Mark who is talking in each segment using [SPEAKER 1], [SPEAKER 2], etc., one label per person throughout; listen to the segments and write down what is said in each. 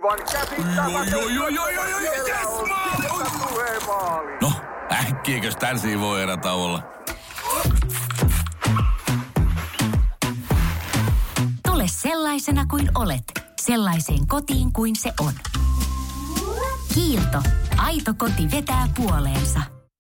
[SPEAKER 1] aivan käsittämätöntä.
[SPEAKER 2] No, äkkiäkös tän voi erätä olla?
[SPEAKER 3] Tule sellaisena kuin olet, sellaiseen kotiin kuin se on. Kiilto. Aito koti vetää puoleensa.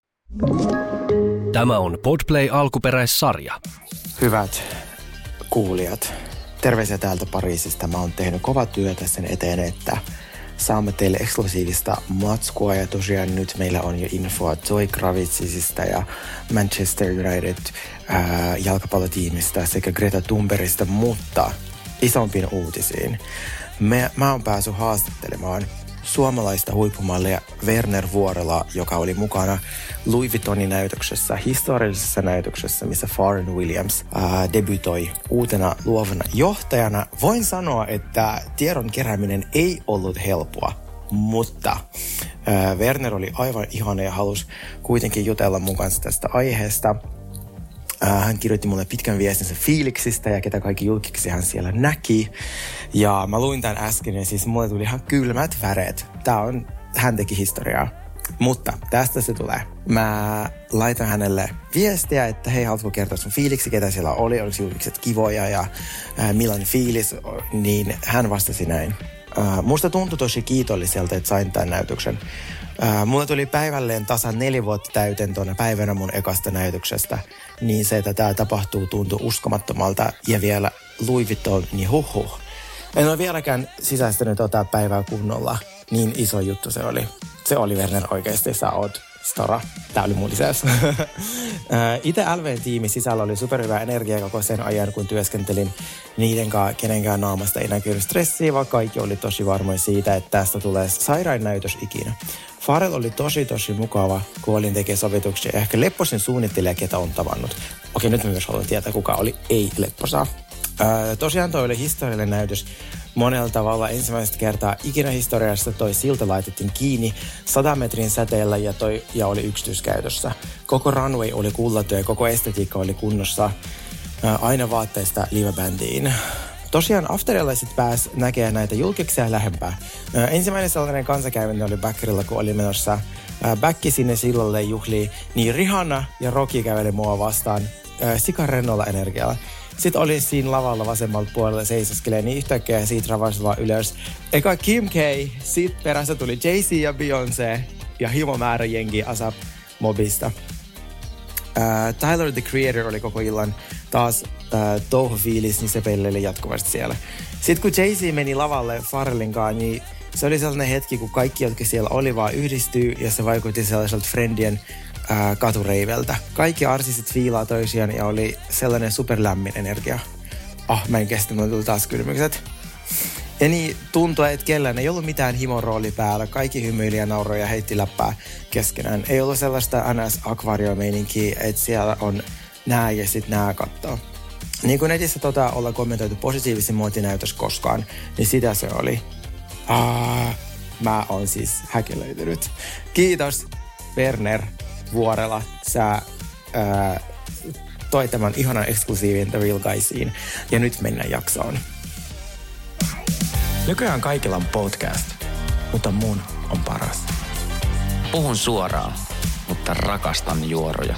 [SPEAKER 4] Tämä on Podplay alkuperäissarja.
[SPEAKER 5] Hyvät kuulijat, terveisiä täältä Pariisista. Mä oon tehnyt kovaa työtä sen eteen, että saamme teille eksklusiivista matskua. Ja tosiaan nyt meillä on jo infoa Zoe Kravitsisista ja Manchester United jalkapallotiimistä sekä Greta Thunbergista, mutta isompiin uutisiin. Mä oon päässyt haastattelemaan suomalaista huippumallia Werner Vuorela, joka oli mukana Louis Vuittonin näytöksessä, historiallisessa näytöksessä, missä Pharrell Williams debytoi uutena luovana johtajana. Voin sanoa, että tiedon kerääminen ei ollut helppoa, mutta Werner oli aivan ihana ja halusi kuitenkin jutella mun kanssa tästä aiheesta. Hän kirjoitti mulle pitkän viestinsä fiiliksistä ja ketä kaikki julkiksi hän siellä näki. Ja mä luin tämän äsken ja siis mulle tuli ihan kylmät väreet. Hän teki historiaa. Mutta tästä se tulee. Mä laitan hänelle viestiä, että hei, haluatko kertoa sun fiiliksi, ketä siellä oli, oliko julkikset kivoja ja millainen fiilis, niin hän vastasi näin. Musta tuntui tosi kiitolliselta, että sain tämän näytöksen. Mulle tuli päivälleen tasan 4 vuotta täyteen tuona päivänä mun ekasta näytöksestä. Niin se, että tää tapahtuu, tuntui uskomattomalta. Ja vielä Louis Vuitton, niin huhhuh. En ole vieläkään sisäistänyt päivää kunnolla. Niin iso juttu se oli. Se oli Werner oikeasti, sä oot stara. Tää oli mun lisäys. Itse LV-tiimin sisällä oli superhyvä energia koko sen ajan, kun työskentelin niidenkaan, kenenkään naamasta ei näkynyt stressiä, vaan kaikki oli tosi varmoja siitä, että tästä tulee sairain näytös ikinä. Pharrell oli tosi mukava, kun olin tekemään sovituksia ja ehkä lepposin suunnittelija, ketä on tavannut. Okei, nyt mä myös haluan tietää, kuka oli ei-lepposaa. Tosiaan toi oli historiallinen näytös. Monella tavalla ensimmäistä kertaa ikinä historiassa toi silta laitettiin kiinni 100 metrin säteellä ja oli yksityiskäytössä. Koko runway oli kullattu ja koko estetiikka oli kunnossa aina vaatteista live-bändiin. Tosiaan afterilaiset pääs näkemään näitä julkiksia lähempää. Ensimmäinen sellainen kansakäyminen oli Bäkkerillä, kun oli menossa Bäkki sinne sillalle juhliin, niin Rihanna ja Rocky käveli mua vastaan sikarennolla energialla. Sitten oli siinä lavalla vasemmalla puolella seisoskelee, niin yhtäkkiä siitä ravasi vaan ylös. Eka Kim K, sitten perässä tuli Jay-Z ja Beyoncé ja himomäärä jengi ASAP Mobista. Tyler, the Creator, oli koko illan taas touhufiilis, niin se pelleili jatkuvasti siellä. Sitten kun Jay-Z meni lavalle Pharrellin kanssa, niin se oli sellainen hetki, kun kaikki, jotka siellä oli, vaan yhdistyy ja se vaikutti sellaiselta friendien katureiveltä. Kaikki artistit fiilaa toisiaan ja oli sellainen superlämmin energia. Mä en kestä, mulle tuli taas kylmykset. Ja niin tuntui, että kellään ei ollut mitään himorooli päällä. Kaikki hymyili ja nauroi ja heitti läppää keskenään. Ei ollut sellaista NS-akvaariomeininkiä, että siellä on nää ja sit nää kattoo. Niin kuin netissä ollaan kommentoitu positiivisin muotinäytös koskaan, niin sitä se oli. Mä oon siis häkelöitynyt. Kiitos, Werner Vuorela. Sä toi tämän ihanan eksklusiivin The Real Guysiin. Ja nyt mennään jaksoon.
[SPEAKER 6] Nykyään kaikilla on podcast, mutta mun on paras.
[SPEAKER 7] Puhun suoraan, mutta rakastan juoroja.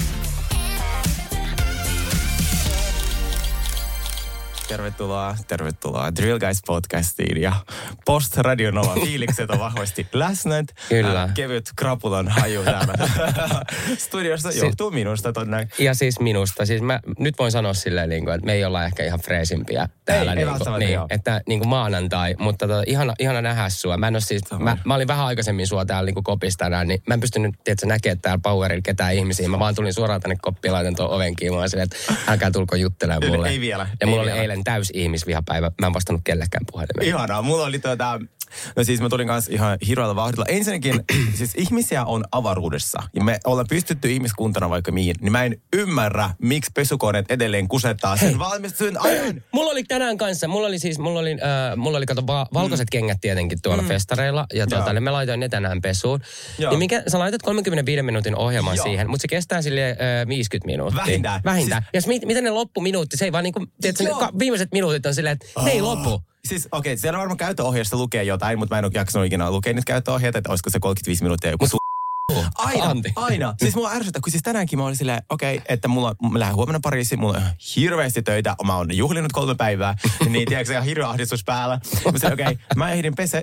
[SPEAKER 6] Tervetuloa The Real Guys podcastiin ja Post-Radio Nova fiilikset on vahvasti läsnä.
[SPEAKER 8] Kyllä.
[SPEAKER 6] Kevyt krapulan haju täällä studiossa johtuu minusta tonne.
[SPEAKER 8] Ja siis minusta. Siis mä nyt voin sanoa silleen, että me ei olla ehkä ihan freesimpiä täällä.
[SPEAKER 6] Ei välttämättä joo.
[SPEAKER 8] Että maanantai, mutta ihana nähdä sua. Mä en ole siis, mä olin vähän aikaisemmin sua täällä kopissa tänään, niin mä en pystynyt näkemään täällä Powerilla ketään ihmisiä. Mä vaan tulin suoraan tänne koppiin ja laitan tuon oven kiinni silleen, että älkää tulko juttelemaan mulle.
[SPEAKER 6] Ei vielä.
[SPEAKER 8] Ja mulla oli eilen täys ihmisvihapäivä. Mä en vastannut kellekään puhelimeen.
[SPEAKER 6] Ihanaa. Mulla oli no siis mä tulin kanssa ihan hirveällä vauhdilla. Ensinnäkin, siis ihmisiä on avaruudessa. Ja me ollaan pystytty ihmiskuntana vaikka mihin. Niin mä en ymmärrä, miksi pesukoneet edelleen kusettaa sen valmistun ajan.
[SPEAKER 8] Mulla oli tänään kanssa, mulla oli kato valkoiset kengät tietenkin tuolla festareilla. Ja me laitoin ne tänään pesuun. Niin sä laitat 35 minuutin ohjelman siihen, mutta se kestää silleen 50 minuuttia.
[SPEAKER 6] Vähintään.
[SPEAKER 8] Siis, ja miten ne loppuminuutti, se ei vaan tiedätkö, viimeiset minuutit on silleen, että ne ei lopu.
[SPEAKER 6] Siis okei, siellä varmaan käyttöohjeessa lukee jotain, mutta mä en ole jaksanut ikinä lukea niitä käyttöohjeita, että olisiko se 35 minuuttia joku Aina. Siis mua ärsyttää, kun siis tänäänkin mä olin silleen, että mä lähden huomenna Pariisiin, mulla on hirveästi töitä, mä oon juhlinut 3 päivää, niin tiedätkö, ihan hirveä ahdistus päällä. Mä sanoin, mä ehdin pesee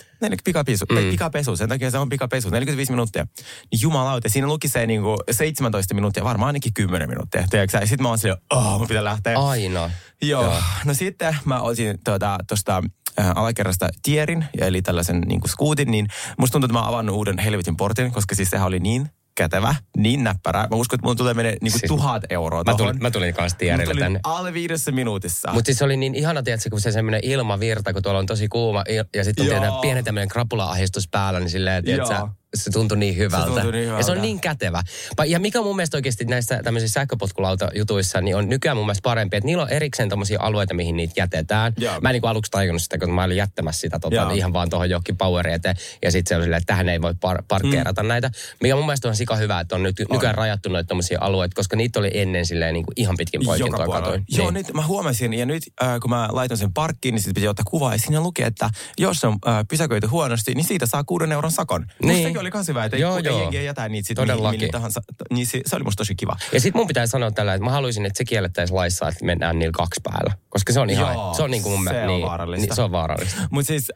[SPEAKER 6] 4 sen takia se on pikapesu, 45 minuuttia. Niin jumalauta, siinä luki se niinku 17 minuuttia, varmaan ainakin 10 minuuttia, tiedätkö. Ja sit mä oon silleen, mun pitää lähteä.
[SPEAKER 8] Aina.
[SPEAKER 6] Joo. No sitten mä olisin tosta alakerrasta tierin, eli tällaisen niin kuin skuutin, niin musta tuntuu, että mä oon avannut uuden helvetin portin, koska siis sehän oli niin kätevä, niin näppärä. Mä uskon, että mun tulee menee niin kuin siis 1000 euroa tohon.
[SPEAKER 8] Mä tulin kanssa tierillä tänne.
[SPEAKER 6] Alle 5 minuutissa.
[SPEAKER 8] Mutta siis se oli niin ihana, tiedätkö, kun se semmoinen ilmavirta, kun tuolla on tosi kuuma, ja sitten on pieni tämmöinen krapula-ahdistus päällä, niin silleen, tiedätkö, se tuntui niin hyvältä. Ja se on niin kätevä. Ja mikä mun mielestä oikeasti näissä tämmöisissä sähköpotkulauta-jutuissa, niin on nykyään mun mielestä parempi, että niillä on erikseen tommosia alueita, mihin niitä jätetään. Joo. Mä en niin aluksi tajunnut sitä, kun mä olin jättämässä sitä ihan vaan tuohon johonkin poweriin eteen. Ja sitten se on silleen, että tähän ei voi parkkeerata näitä. Mikä mun mielestä on sika hyvä, että on nykyään rajattu noita tommosia alueita, koska niitä oli ennen silleen niin kuin ihan pitkin poikin toi katoin.
[SPEAKER 6] Joo, nyt mä huomasin, ja nyt kun mä laitan sen parkkiin, niin sitten piti ottaa kuvaa, ja siinä lukee, että jos on pysäköity huonosti, niin siitä saa 6 euron sakon. Niin. Sekin oli kans hyvä, että jengiä jätä niitä sitten mihin tahansa. Niin se oli musta tosi kiva.
[SPEAKER 8] Ja sit mun pitää sanoa tällä, että mä haluaisin, että se kiellettäisiin laissa, että mennään niillä 2 päällä. Koska se on ihan, se on niin kuin mun mielestä.
[SPEAKER 6] On vaarallista.
[SPEAKER 8] Se on vaarallista.
[SPEAKER 6] Mutta siis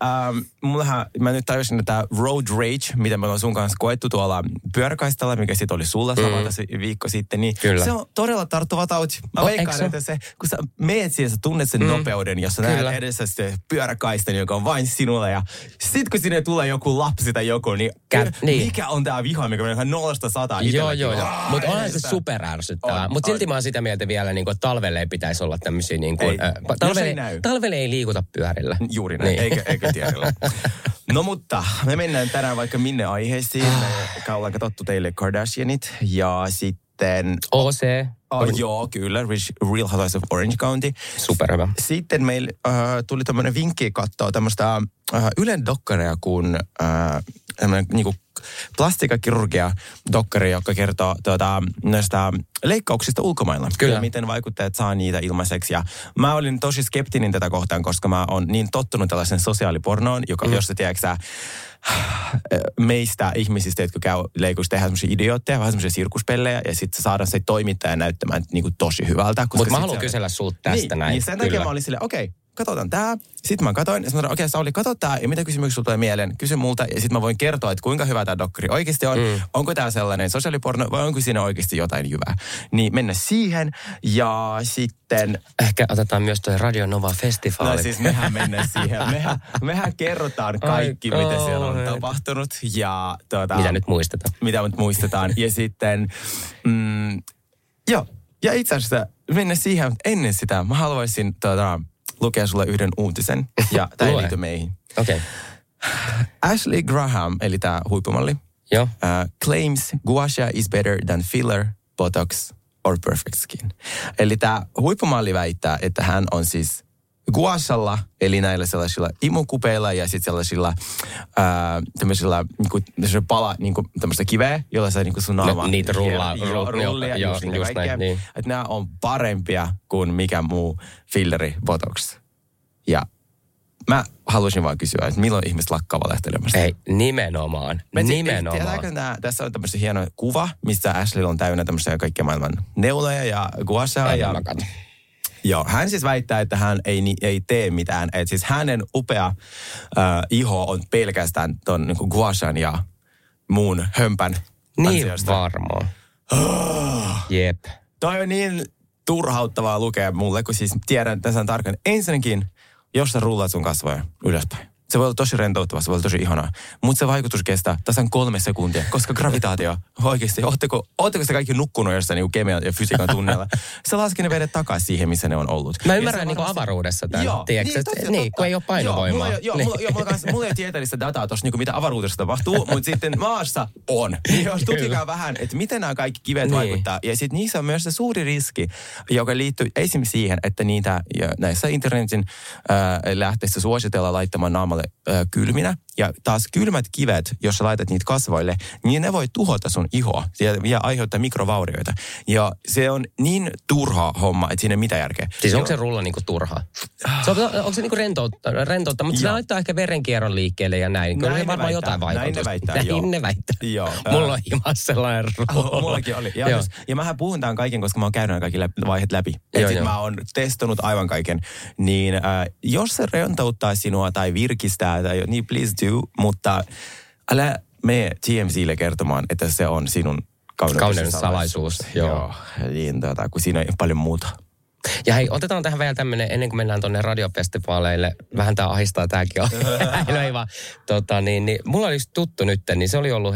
[SPEAKER 6] mä nyt tajusin, että road rage, mitä me ollaan sun kanssa koettu tuolla pyöräkaistalla, mikä sit oli sulla sama tässä viikko sitten, niin kyllä. Se on todella tarttuva tauti. Mä veikkaan, että se, kun sä meet siihen, sä tunnet sen nopeuden, jos sä näet edessä se pyöräkaistani, joka on vain sinulle, ja sit kun sinne tulee joku lapsi tai joku, niin mikä on tää viha, mikä menee ihan 0–100
[SPEAKER 8] Joo. Mutta onhan se superärsyttävää. Mutta silti mä oon sitä mieltä vielä, niin kuin, että talvelle ei pitäisi olla tämmöisiä, niin kuin, talvelle ei liikuta pyörillä.
[SPEAKER 6] Juuri näin, niin. eikä tierillä. No mutta me mennään tänään vaikka minne aiheisiin. Me ollaan katsottu teille Kardashianit ja sitten...
[SPEAKER 8] OC.
[SPEAKER 6] Joo, kyllä. Real Housewives of Orange County.
[SPEAKER 8] Superhyvä.
[SPEAKER 6] Sitten meillä tuli tämmöinen vinkki katsoa tämmöistä Ylen dokkaria kuin niinku plastiikkakirurgia-dokkari, joka kertoo näistä leikkauksista ulkomailla.
[SPEAKER 8] Kyllä.
[SPEAKER 6] Ja miten vaikuttajat saa niitä ilmaiseksi. Ja mä olin tosi skeptinen tätä kohtaan, koska mä oon niin tottunut tällaisen sosiaalipornoon, jossa tiedätkö meistä ihmisistä, jotka käy leikuissa, tehdään semmoisia idiootteja, vähän semmoisia sirkuspellejä, ja sitten saadaan se toimittaja näyttämään niin kuin tosi hyvältä.
[SPEAKER 8] Mutta mä haluan kysellä sulta tästä näin.
[SPEAKER 6] Niin sen takia mä olin silleen, okei, katsotaan tää. Sitten mä katsoin, ja sanoin, okei, Sauli, katso tää, ja mitä kysymyksiä sulla tulee mieleen? Kysy multa, ja sitten mä voin kertoa, että kuinka hyvä tää dokkari oikeasti on. Onko tää sellainen sosiaaliporno, vai onko siinä oikeasti jotain hyvää? Niin mennä siihen, ja sitten...
[SPEAKER 8] Ehkä otetaan myös toi Radio Nova-festivaali.
[SPEAKER 6] No siis mehän mennään siihen. Mehän kerrotaan kaikki, mitä siellä on tapahtunut, ja
[SPEAKER 8] mitä nyt muistetaan.
[SPEAKER 6] Mitä nyt muistetaan, ja sitten... Joo, ja itse asiassa mennä siihen, mutta ennen sitä mä haluaisin... lukea sulle yhden uutisen, ja tämä ei liity meihin.
[SPEAKER 8] Okay.
[SPEAKER 6] Ashley Graham, eli tämä huippumalli, claims gua sha is better than filler, botox or perfect skin. Eli tämä huippumalli väittää, että hän on siis gua shalla, eli näillä sellaisilla imukupeilla ja sitten sellaisilla tämmöisillä niinku pala niinku tämmöistä kiveä, jolla sä niinku sun naama
[SPEAKER 8] niitä
[SPEAKER 6] rullia just näin, niin. Että nämä on parempia kuin mikä muu filleri, botox. Ja mä haluaisin vaan kysyä, että milloin ihmiset lakkaa valehtelemasta?
[SPEAKER 8] Ei, nimenomaan.
[SPEAKER 6] Tässä on tämmöistä hieno kuva, missä Ashley on täynnä tämmöisiä kaikkia maailman neuleja ja gua shaa. Joo, hän siis väittää, että hän ei tee mitään. Että siis hänen upea iho on pelkästään ton niin gua shan ja muun hömpän ansiosta.
[SPEAKER 8] Niin varmaan. Jep.
[SPEAKER 6] Toi on niin turhauttavaa lukea mulle, kun siis tiedän tässä tarkkaan. Ensinnäkin, jos sä rullaat sun kasvoja ylöspäin. Se voi olla tosi rentouttavaa, se voi olla tosi ihanaa. Mutta se vaikutus kestää tasan 3 sekuntia, koska gravitaatio, oikeasti, ootteko te kaikki nukkunut jossain niin kemian ja fysiikan tunneilla? Se laskee ne vedet takaisin siihen, missä ne on ollut.
[SPEAKER 8] Mä ymmärrän niin avaruudessa tämän, tiedätkö? Niin, kun ei ole painovoimaa.
[SPEAKER 6] Mulla ei ole tieteellistä dataa tuossa, niin mitä avaruudessa tapahtuu, mutta sitten maassa on. Jos tutkikaa vähän, että miten nämä kaikki kivet vaikuttaa. Ja sitten niissä on myös se suuri riski, joka liittyy esimerkiksi siihen, että niitä näissä internetin lähteissä suositellaan laittamaan naamalle kylminä. Ja taas kylmät kivet, jos sä laitat niitä kasvoille, niin ne voi tuhota sun ihoa ja aiheuttaa mikrovaurioita. Ja se on niin turha homma, että siinä ei mitään järkeä.
[SPEAKER 8] Siis onko se rulla niinku turhaa? Onko se niinku rentoutta, mutta se laittaa ehkä verenkierron liikkeelle ja näin. Kyllä se varmaan jotain vaikutusta. Näin ne väittää.
[SPEAKER 6] Joo.
[SPEAKER 8] Mulla on himassa sellainen rulla.
[SPEAKER 6] Mullakin oli. Ja mähän puhun tämän kaiken, koska mä oon käynyt kaikki vaiheet läpi. Mä oon testanut aivan kaiken. Niin jos se rentouttaa sinua tai virkistää, niin please do, mutta älä mene TMZ:lle kertomaan, että se on sinun kauneuden
[SPEAKER 8] salaisuus. Joo.
[SPEAKER 6] Niin, kun siinä on paljon muuta.
[SPEAKER 8] Ja hei, otetaan tähän vielä tämmöinen, ennen kuin mennään tuonne radiofestivaaleille, vähän tää ahistaa tääkin on. Ei vaan. Niin, mulla oli tuttu nytten, niin se oli ollut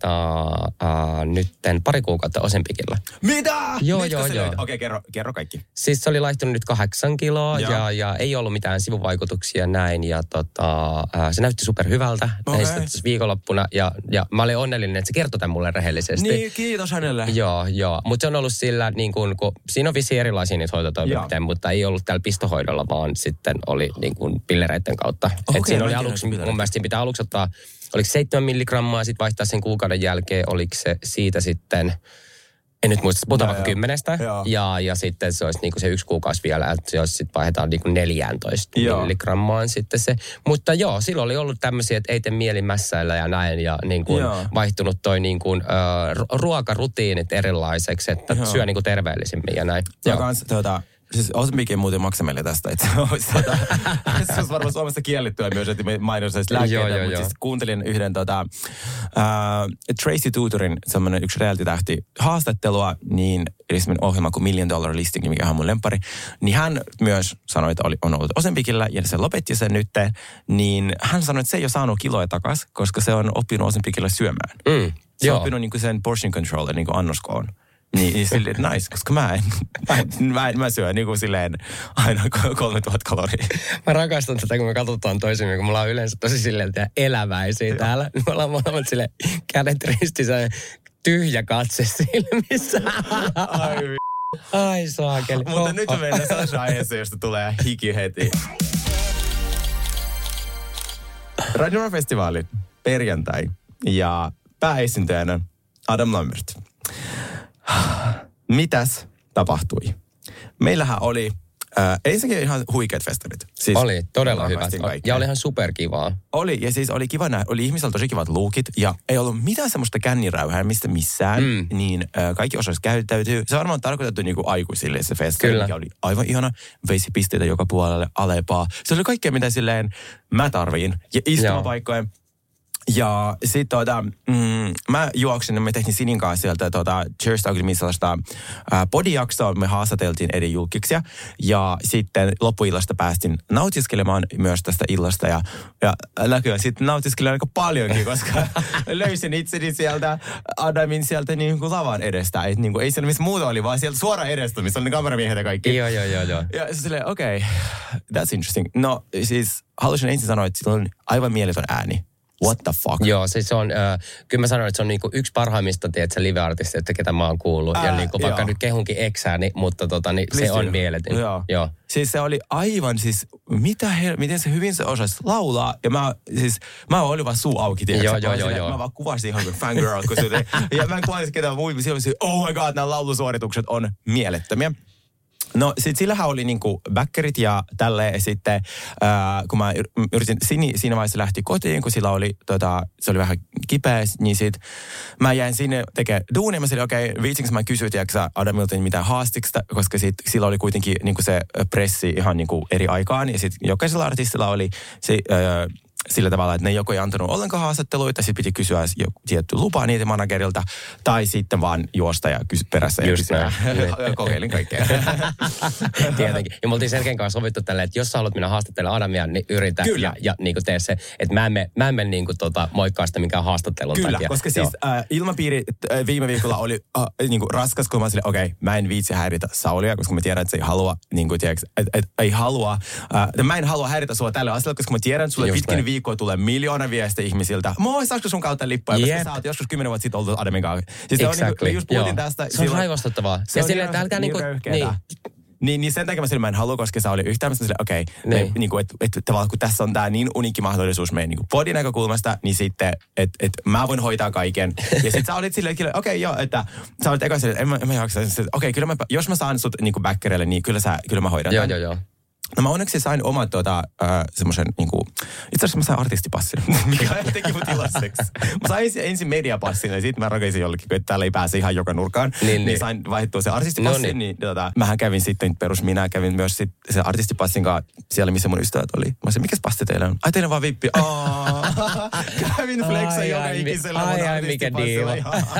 [SPEAKER 8] nytten pari kuukautta Ozempicilla.
[SPEAKER 6] Mitä?
[SPEAKER 8] Joo.
[SPEAKER 6] Okei, kerro kaikki.
[SPEAKER 8] Siis se oli laihtunut nyt 8 kiloa ja ei ollut mitään sivuvaikutuksia näin. Ja se näytti superhyvältä viikonloppuna ja mä olin onnellinen, että se kertoi tämän mulle rehellisesti.
[SPEAKER 6] Niin, kiitos hänelle.
[SPEAKER 8] Joo. Mutta se on ollut sillä, niin kun siinä on vissiin erilaisia niitä hoitotoimenpiteitä, mutta ei ollut täällä pistohoidolla, vaan sitten oli niin kuin pillereiden kautta. Et siinä oli aluksi, mun mielestä siinä pitää aluksi ottaa, oliko 7 milligrammaa, sitten vaihtaa sen kuukauden jälkeen, oliko se siitä sitten, en nyt muista, puhutaan vaikka 10. Ja sitten se olisi niin kuin se 1 kuukausi vielä, että se olisi sitten vaihdetaan niin kuin 14 milligrammaan sitten se. Mutta silloin oli ollut tämmöisiä, että ei tee mieli mässäillä ja näin, ja niin kuin vaihtunut toi niin kuin ruokarutiinit erilaiseksi, että syö niin kuin terveellisemmin ja näin.
[SPEAKER 6] Ja kans siis Ozempic ei muuten maksa meille tästä, että se olisi varmaan Suomessa kiellettyä myös, että me mainostaisi lääkkeitä, mutta siis kuuntelin yhden Tracy Tutorin, semmoinen yksi reality-tähti, haastattelua, niin eli semmoinen ohjelma kuin $1 Million Listing, mikä on mun lemppari, niin hän myös sanoi, että on ollut Ozempicillä ja se lopetti sen nyt, niin hän sanoi, että se ei ole saanut kiloja takaisin, koska se on oppinut Ozempicilla syömään. Se on oppinut niin kuin sen portion controller, niin kuin annoskoon. Niin silleen nice, koska mä syön niin kuin silleen aina 3000 kaloria.
[SPEAKER 8] Mä rakastan tätä, kun me katsotaan toisimme, kun mulla on yleensä tosi silleen eläväisiä täällä. Me ollaan molemmat silleen kädet ristissä, tyhjä katse silmissä. Ai saakeli.
[SPEAKER 6] Mutta nyt me mennään sellaisessa aiheessa, josta tulee hiki heti. Radiofestivaali perjantai ja pääesiintyjänä Adam Lambert. Mitäs tapahtui? Meillähän oli ensinnäkin ihan huikeat festarit. Siis
[SPEAKER 8] oli todella hyvät. Ja oli ihan superkivaa.
[SPEAKER 6] Oli, ja siis oli kiva nähdä. Oli ihmisillä tosi kivat luukit, ja ei ollut mitään semmoista känniräyhää missään. Niin kaikki osasi käyttäytyy. Se on varmaan tarkoitettu niinku aikuisille se festari, mikä oli aivan ihana. Veisi pisteitä joka puolelle, alepaa. Se oli kaikkea, mitä silleen mä tarviin. Ja istumapaikkoja. Ja sitten mä juoksin, ja me tehtiin Sinin kanssa sieltä Cheers Talkin sellaista podijaksoa. Me haastateltiin eri julkiksia. Ja sitten loppuillasta päästin nautiskelemaan myös tästä illasta. Ja näkyy sitten nautiskelin aika paljonkin, koska löysin itseni sieltä Adamin sieltä niin kuin lavan edestä. Et niin kuin, ei siellä missä muuta oli, vaan sieltä suoraan edestä, missä on ne kameramiehet ja kaikki.
[SPEAKER 8] Joo.
[SPEAKER 6] Ja se silleen, okei, that's interesting. No siis haluaisin ensin sanoa, että sillä on aivan mieletön ääni. What the fuck?
[SPEAKER 8] Joo, siis on, kyllä mä sanoin, että se on niinku yksi parhaimmista, tiedätkö, live-artisteja, että ketä mä oon kuullut. Ja niinku vaikka nyt kehunkin eksääni, mutta niin se on mieletön. Joo.
[SPEAKER 6] Siis se oli aivan siis, miten se hyvin se osasi laulaa. Ja mä olin vaan suu auki, tiedätkö? Joo. Mä vaan kuvasin ihan kuin fangirl. Ja mä en kuvasin ketään muita. Siellä oli oh my god, nämä laulusuoritukset on mielettömiä. No sit sillähän oli niinku backerit ja tälleen sitten, kun mä yritin, siinä vaiheessa lähti kotiin, kun sillä oli, se oli vähän kipeä, niin sit mä jäin sinne tekemään duunia. Mä sanoin, okei, viitsinkö mä kysyä, tiedätkö Adamilta mitään haastiksta, koska sit sillä oli kuitenkin niinku se pressi ihan niinku eri aikaan. Ja sit jokaisella artistilla oli se sillä tavalla, että ne joko ei antanut ollenkaan haastatteluita, sitten piti kysyä tietty lupa niitä managerilta, tai sitten vaan juosta ja perässä ja kysyä. Kokeilin kaikkea.
[SPEAKER 8] Tietenkin. Ja me oltiin Selkeän kanssa sovittu tälleen, että jos sä haluat minä haastattella Adamia, niin yritä ja niin kuin tee se, että mä en mene niin kuin moikkaa sitä minkään haastattelun takia.
[SPEAKER 6] Kyllä, koska siis ilmapiiri viime viikolla oli niin kuin raskas, kun mä olin okei, mä en viitsi häiritä Saulia, koska mä tiedän, että se ei halua, niin kuin tiedätkö, ei halua, mä en halua häiritä sua tälle asialle, koska mä tiedän, että sulle pitkin viikkoa tulee 1 miljoona viestiä ihmisiltä. Moi, saatko sun kautta lippuja? Koska sä oot joskus 10 vuotta sitten ollut Adamin kanssa. Siis
[SPEAKER 8] exactly.
[SPEAKER 6] me just puhuttiin tästä.
[SPEAKER 8] Se on raivostuttavaa.
[SPEAKER 6] Se
[SPEAKER 8] ja
[SPEAKER 6] on
[SPEAKER 8] silleen, että älkää niinku...
[SPEAKER 6] Niin sen takia mä en halua, koska se oli yhtään okei, niinku, että tavallaan kun tässä on tää niin uniikki mahdollisuus meidän niinku podin näkökulmasta, niin sitten, että mä voin hoitaa kaiken. Ja sit sä olit silleen, okei, joo, että sä olit eka silleen, että en mä jaksa, okei, kyllä jos mä saan sut niinku backerille, niin kyllä mä hoidan tämän.
[SPEAKER 8] Joo.
[SPEAKER 6] No mä onneksi sain oman semmoisen niinku, itse asiassa mä sain artistipassin, mikä teki mut iloiseksi. Mä sain ensin mediapassin ja sitten mä rakaisin jollekin, että täällä ei pääse ihan joka nurkaan. Niin sain vaihdettua se artistipassin, niin mähän kävin sitten minä kävin myös sen artistipassin kanssa siellä, missä mun ystävät oli. Mä olisin, mikäs passi teillä on? Ai teillä on vaan vippi. Kävin flexan joka ikisellä mun artistipassilla.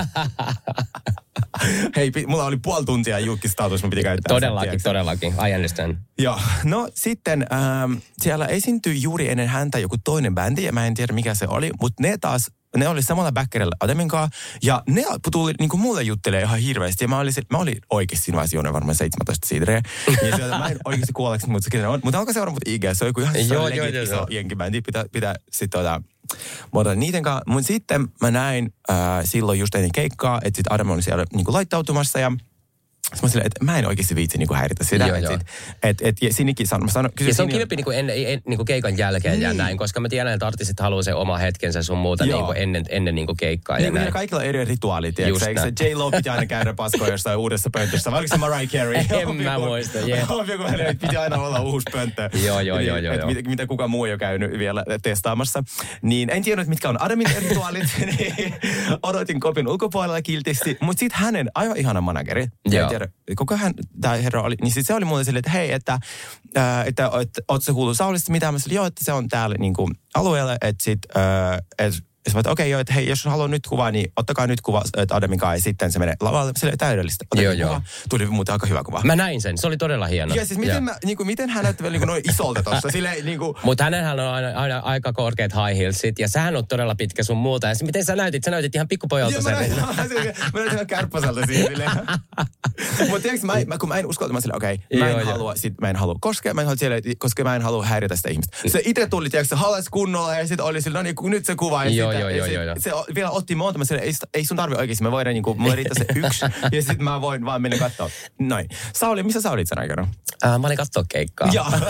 [SPEAKER 6] Hei, mulla oli puoli tuntia julkistatus, mä piti käyttää.
[SPEAKER 8] Todellakin. I understand.
[SPEAKER 6] Joo, no sitten siellä esiintyi juuri ennen häntä joku toinen bändi, ja mä en tiedä mikä se oli, mutta ne oli samalla backerilla Ademin kanssa, ja ne tuli niinku mulle juttelee ihan hirveästi, ja mä olin oikeasti siinä vaiheessa Joona varmaan 17 siidreä, ja sieltä mä en oikeasti kuolleeksi, mutta alkoi seuraa mut IG, se on joku ihan iso jenkibändi, pitää sitten mutta niiden kanssa, mutta sitten mä näin silloin just ennen keikkaa, että sit Adam oli siellä niinku laittautumassa ja mä silleen, että mä en oikeasti viitsi niinku häiritä sitä. Ja Sinikin sanoi.
[SPEAKER 8] Ja se on kivempi niinku keikan jälkeen ja näin, koska mä tiedän, että artistit haluaa sen oma hetkensä sun muuta niinku ennen niinku keikkaa.
[SPEAKER 6] Niin, ja kaikilla on eri rituaalit, tiedätkö? Eikö se J-Lo piti aina käydä paskoa jossain uudessa pöntössä? Vai oliko se Mariah Carey?
[SPEAKER 8] En mä muista,
[SPEAKER 6] Joku hänen piti aina olla uusi pönttö.
[SPEAKER 8] Joo.
[SPEAKER 6] Mitä kuka muu ei ole käynyt vielä testaamassa. Niin en tiennyt, mitkä on Adamin rituaalit. Odotin kopin ulkopuolella kiltisti. Mutta sitten hänen aivan ihana manageri. Koko tämä herra oli, niin se oli mulle silleen, että hei, että ootko se kuullut Saulista mitään? Mä sanoin, joo, että se on täällä niinku alueella, että sit, että okei, joo, että hei, jos haluaa nyt kuvaa, niin ottakaa nyt kuva Adamin kanssa ja sitten se menee lavalle. Se oli täydellistä. Kuva. Tuli muuten aika hyvä kuva.
[SPEAKER 8] Mä näin sen, se oli todella hieno.
[SPEAKER 6] Ja siis miten hän näytti vielä noin isolta tossa?
[SPEAKER 8] Mutta hänenhän on aina aika korkeat high heelsit ja sähän on todella pitkä sun muuta. Ja miten sä näytit? Sä näytit ihan pikkupojalta sen.
[SPEAKER 6] Mä näytin ihan kärppäseltä siinä. Mutta tiedätkö, kun mä en uskalta, mä silleen, okei, mä en halua koskea, koska mä en halua häiritä sitä ihmistä. Se itse tuli, tiedätkö, halas kunnolla ja sitten oli silleen, no niin, nyt se kuva. Se vielä otti monta, mä sanoin, ei sun tarvi oikeasti, me voidaan mulla riittää se yksi, ja sitten mä voin vaan mennä katsoa. Noin. Sauli, missä sä olit sen aikana?
[SPEAKER 8] Mä olin kattoo keikkaa.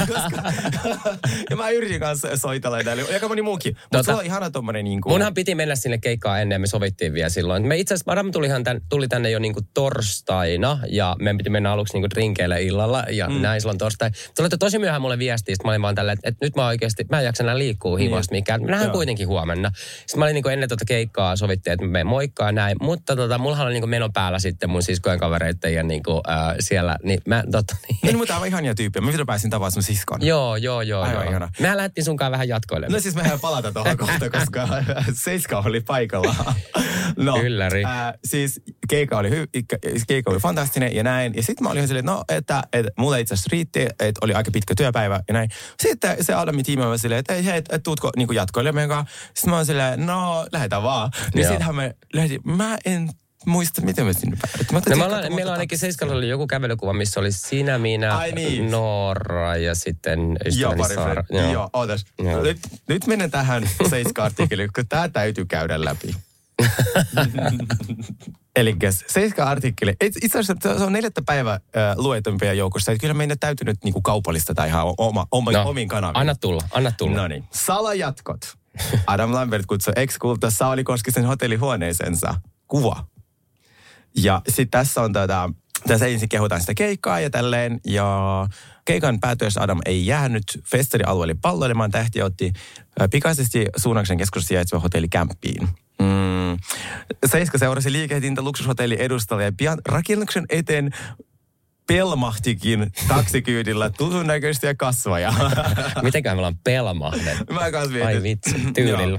[SPEAKER 6] Ja mä yritin kanssa soitella näille, joka moni muukin. Mutta sulla on ihana tommonen
[SPEAKER 8] Munhan piti mennä sinne keikkaan ennen, me sovittiin vielä silloin. Me itse asiassa, Adam tuli tänne jo torstaina, ja meidän piti mennä aluksi drinkeille illalla, ja näin silloin torstai. Tulitte tosi myöhään mulle viestiä, mä olin vaan tälleen, että nyt mä en jaksa enää liikkua himosta mikään. Mä nähdään kuitenkin huomenna. Sitten mä olin ennen keikkaa sovittiin, että me menen moikkaan näin. Mutta mullahan oli meno päällä sitten mun siskojen kavereiden ja siellä. Niin mä
[SPEAKER 6] Niin, mutta aivan ihania tyyppiä. Mä vielä pääsin tapaamaan sun siskon.
[SPEAKER 8] Joo. Mehän lähdettiin sunkaan vähän jatkoille.
[SPEAKER 6] No siis mehän palata tuohon kohta, koska Seiska oli paikalla. No,
[SPEAKER 8] ylläri.
[SPEAKER 6] Siis keikka oli fantastinen ja näin. Ja sitten mä olin silleen, että mulle itse asiassa riitti, että oli aika pitkä työpäivä ja näin. Sitten se Adamin tiimi oli silleen, että hei, tuutko jatkoille meidän kanssa. Sitten mä olin silleen, no lähdetään vaan. Niin sittenhän me lähdettiin, mä en muista, miten me sinne päädyttiin.
[SPEAKER 8] Meillä ainakin Seiskalla oli joku kävelykuva, missä oli sinä, minä, Noora ja sitten ystäväni Saara.
[SPEAKER 6] Joo, ootas. Nyt menen tähän Seiska-artikkeliin, kun tää täytyy käydä läpi. Eli Seiska-artikkeli. Itse asiassa se on 4. päivä luetumpia joukossa. Kyllä meidän täytyy nyt kaupallista tai ihan omiin kanaviin.
[SPEAKER 8] Anna tulla.
[SPEAKER 6] No niin. Salajatkot. Adam Lambert kutsui ex-kulta Sauli Koskisen hotellihuoneeseensa. Kuva. Ja sitten tässä on tässä ensin kehutaan sitä keikkaa ja tälleen. Ja keikan päätyessä Adam ei jäänyt festarialueelle palloilemaan. Tähti otti pikaisesti Suunnaksen keskuksessa sijaitseva hotellikämppiin. Seiska seurasi liikehdintä luksushotelli edustalle ja pian rakennuksen eteen pelmahtikin taksikyydillä tutun näköisiä kasvoja.
[SPEAKER 8] Mitenköhän me ollaan pelmahdet?
[SPEAKER 6] Mä kans mietin.
[SPEAKER 8] Ai vitsi, tyylillä.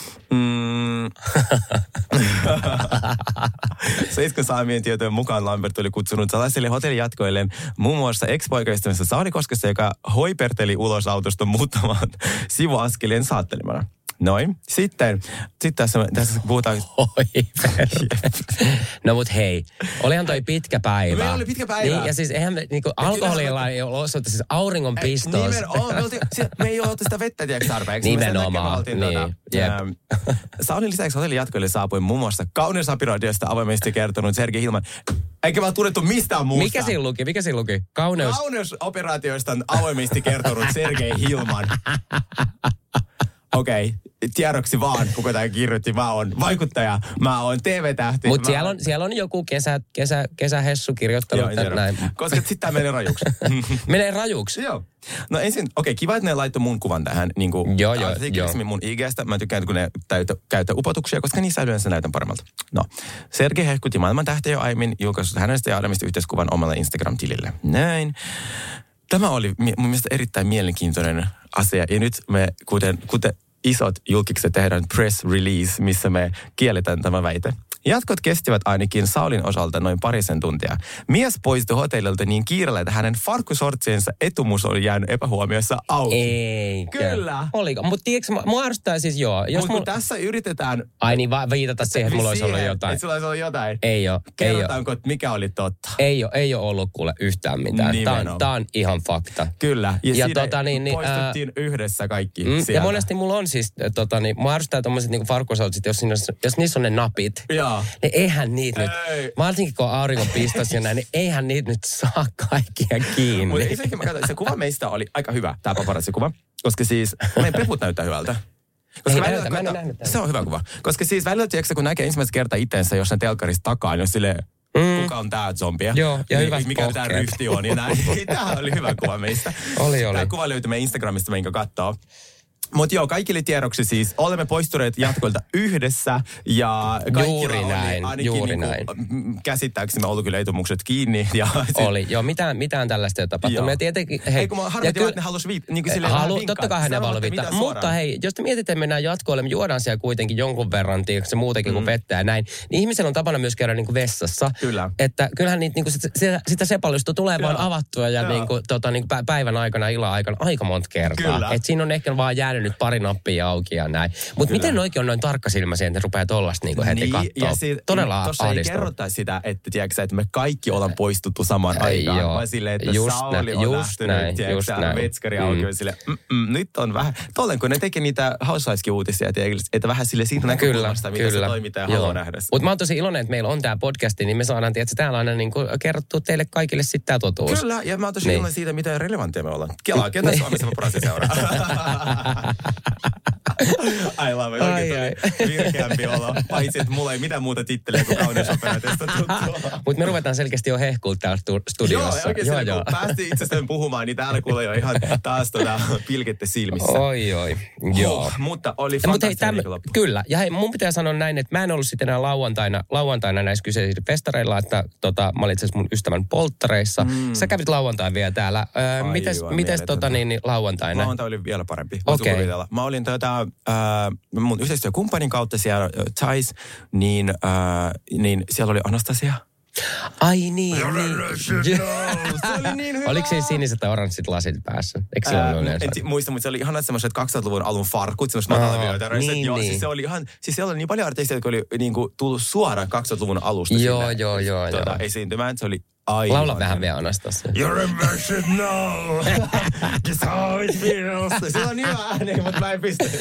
[SPEAKER 6] Seiskan saamien tietojen mukaan Lambert oli kutsunut salaisille hotelijatkoilleen muun muassa ex-poikaystävänsä Sauli Koskesta, joka hoiperteli ulos autosta muutaman sivuaskelien saattelemana. Noin. Sitten tässä puhutaan...
[SPEAKER 8] No mut hei, olihan toi pitkä päivä.
[SPEAKER 6] Meillä oli pitkä päivä.
[SPEAKER 8] Niin, ja siis eihän me, niinku, alkoholilla ei ole osoittaa, siis auringon pistos.
[SPEAKER 6] Me ei oltu sitä vettä tiedätkö tarpeeksi.
[SPEAKER 8] Nimenomaan, niin.
[SPEAKER 6] Saunin lisäksi hotellin jatkoille saapui muun muassa Kauneusapiradiasta avoimesti kertonut Sergei Hilman. Eikä vaan tunnettu mistään muusta.
[SPEAKER 8] Mikä siinä luki?
[SPEAKER 6] Kauneusoperaatioista on avoimesti kertonut Sergei Hilman. Okei, tiedoksi vaan, kuka tämä kirjoitti. Mä oon vaikuttaja, mä oon TV-tähti.
[SPEAKER 8] Mutta siellä on joku kesähessu kirjoittanut näin.
[SPEAKER 6] Koska sitten tämä menee rajuksi.
[SPEAKER 8] Menee rajuksi?
[SPEAKER 6] Joo. No ensin, kiva, että ne laittoi mun kuvan tähän. Niin
[SPEAKER 8] joo.
[SPEAKER 6] Mun IG:stä. Mä tykkään, kun ne käyttää upotuksia, koska niissä yleensä näytän paremmalta. No, Sergei hehkutti maailman tähtiä jo aiemmin julkaissut hänestä ja Adamista yhteiskuvan omalle Instagram-tilille. Näin. Tämä oli mun mielestä erittäin mielenkiintoinen asia. Ja nyt me, kuten isot julkikset, tehdään press release, missä me kielletään tämä väite. Jatkot kestivät ainakin Saulin osalta noin parisen tuntia. Mies poistui hotellilta niin kiireellä, että hänen farkkusortsiensa etumus oli jäänyt epähuomiossa auki.
[SPEAKER 8] Eikä.
[SPEAKER 6] Kyllä.
[SPEAKER 8] Oliko? Mutta tiedätkö, mua arvostaa siis joo.
[SPEAKER 6] Mutta kun tässä yritetään...
[SPEAKER 8] Ai niin, viitata siihen, että mulla olisi ollut jotain.
[SPEAKER 6] Että sulla olisi ollut jotain.
[SPEAKER 8] Ei ole.
[SPEAKER 6] Kerrotaanko, että mikä oli totta?
[SPEAKER 8] Ei ole ollut kuule yhtään mitään. Tää on ihan fakta.
[SPEAKER 6] Kyllä. Ja poistuttiin yhdessä kaikki sieltä.
[SPEAKER 8] Ja monesti mulla on siis, mua arvostaa tommoset niinku farkkusortsit, jos niissä on ne napit.
[SPEAKER 6] Joo.
[SPEAKER 8] Niin eihän niitä nyt, varsinkin kun auringon pistos ja näin, niin eihän niitä nyt saa kaikkia kiinni.
[SPEAKER 6] Mutta ensinnäkin mä katsoin, se kuva meistä oli aika hyvä, tämä paparazzi-kuva. Koska siis meidän peput näyttää hyvältä. Koska
[SPEAKER 8] mä en nähnyt tämän.
[SPEAKER 6] Se on hyvä kuva. Koska siis välillä, tiedätkö, kun näkee ensimmäistä kertaa itsensä jossain telkkarista takaa, niin on silleen, kuka on tää zombia?
[SPEAKER 8] Joo, ja
[SPEAKER 6] niin,
[SPEAKER 8] hyvät
[SPEAKER 6] mikä tää ryhti on ja näin. Tämä oli hyvä kuva meistä.
[SPEAKER 8] Oli.
[SPEAKER 6] Tämä kuva löytyy meidän Instagramista, minkä katsoo. Mutta joo, kaikille tiedoksi siis olemme poistuneet jatkoilta yhdessä ja kaikilla
[SPEAKER 8] juuri näin.
[SPEAKER 6] Käsittääksemme ollut kyllä etumukset kiinni. Ja
[SPEAKER 8] oli, joo, mitään tällaista ei tapahtunut. Ja tietenkin,
[SPEAKER 6] hei, kun mä harmittiin, että ne halusi niin
[SPEAKER 8] totta kai ne haluaa viittaa. Mutta hei, jos te mietitte, että mennään jatkoille, me juodaan siellä kuitenkin jonkun verran, se muutenkin kuin vettä ja näin, niin ihmisellä on tapana myös käydä niin kuin vessassa.
[SPEAKER 6] Kyllä.
[SPEAKER 8] Että kyllähän niitä, niin kuin sitä sepallusta tulee vaan avattua ja niin kuin, päivän aikana, illan aikana aika monta kertaa. Että siinä on ehkä vaan jäänyt nyt pari nappia auki ja näin. Mutta miten oikein on noin tarkkasilmäisiä, että ne rupeaa tollasta niinku heti kattoo? Todella
[SPEAKER 6] ahdistaa. Tuossa ei kerrota sitä, että, tiedätkö, että me kaikki ollaan poistuttu samaan aikaan. Vaan silleen, että Sauli on lähtenyt, tiedätkö, vetskari auki on silleen, nyt on vähän. Tolleen, kun ne tekee niitä Housewives-uutisia, että vähän sille siitä näkökulmasta, mitä se toimittaja haluaa nähdä.
[SPEAKER 8] Mutta mä oon tosi iloinen, että meillä on tää podcasti, niin me saadaan, tiedätkö, täällä aina niinku kerrottua teille kaikille sitten tää totuus.
[SPEAKER 6] Kyllä, ja mä oon tosi iloinen siitä, mitä relevanttia me ollaan. Kelaa, ketä Suomessa paparazzi seuraa? I love it. Oikein virkeämpi olo. Paitsi, että mulla ei mitään muuta titteleä kuin kauneusoperaatiosta tuttua.
[SPEAKER 8] Mutta me ruvetaan selkeästi jo hehkuun täällä studiossa.
[SPEAKER 6] Joo, oikein kun päästiin itsestäni puhumaan, niin täällä kuulee jo ihan taas pilkette silmissä.
[SPEAKER 8] Oi, joo.
[SPEAKER 6] Mutta oli fantastinen viikonloppu.
[SPEAKER 8] Kyllä. Ja hei, mun pitää sanoa näin, että mä en ollut sitten enää lauantaina näissä kyseisissä festareilla, että mä olin itse asiassa mun ystävän polttareissa. Sä kävit lauantain vielä täällä. Mites lauantaina?
[SPEAKER 6] Lauantai oli vielä parempi.
[SPEAKER 8] Okei.
[SPEAKER 6] Mä olin mun yhteistyökumppanin kautta siellä Thais, niin siellä oli Anastasia.
[SPEAKER 8] Ai niin.
[SPEAKER 6] Se oli niin hyvä.
[SPEAKER 8] Oliko siinä siniset tai oranssit lasit päässä? Eikö sillä ollut yleensä?
[SPEAKER 6] En muista, mutta se oli ihan semmoiset 2000-luvun alun farkut, semmoiset matalavioita.
[SPEAKER 8] Niin.
[SPEAKER 6] Siis se oli ihan, siellä oli niin paljon artisteja, jotka oli niinku tullut suoraan 2000-luvun alusta sinne esiintymään. Se oli aivan.
[SPEAKER 8] Laula vähän vielä Anastasia.
[SPEAKER 6] You're a version now. Just how it feels. Se on hyvä ääni, mutta mä en pysty.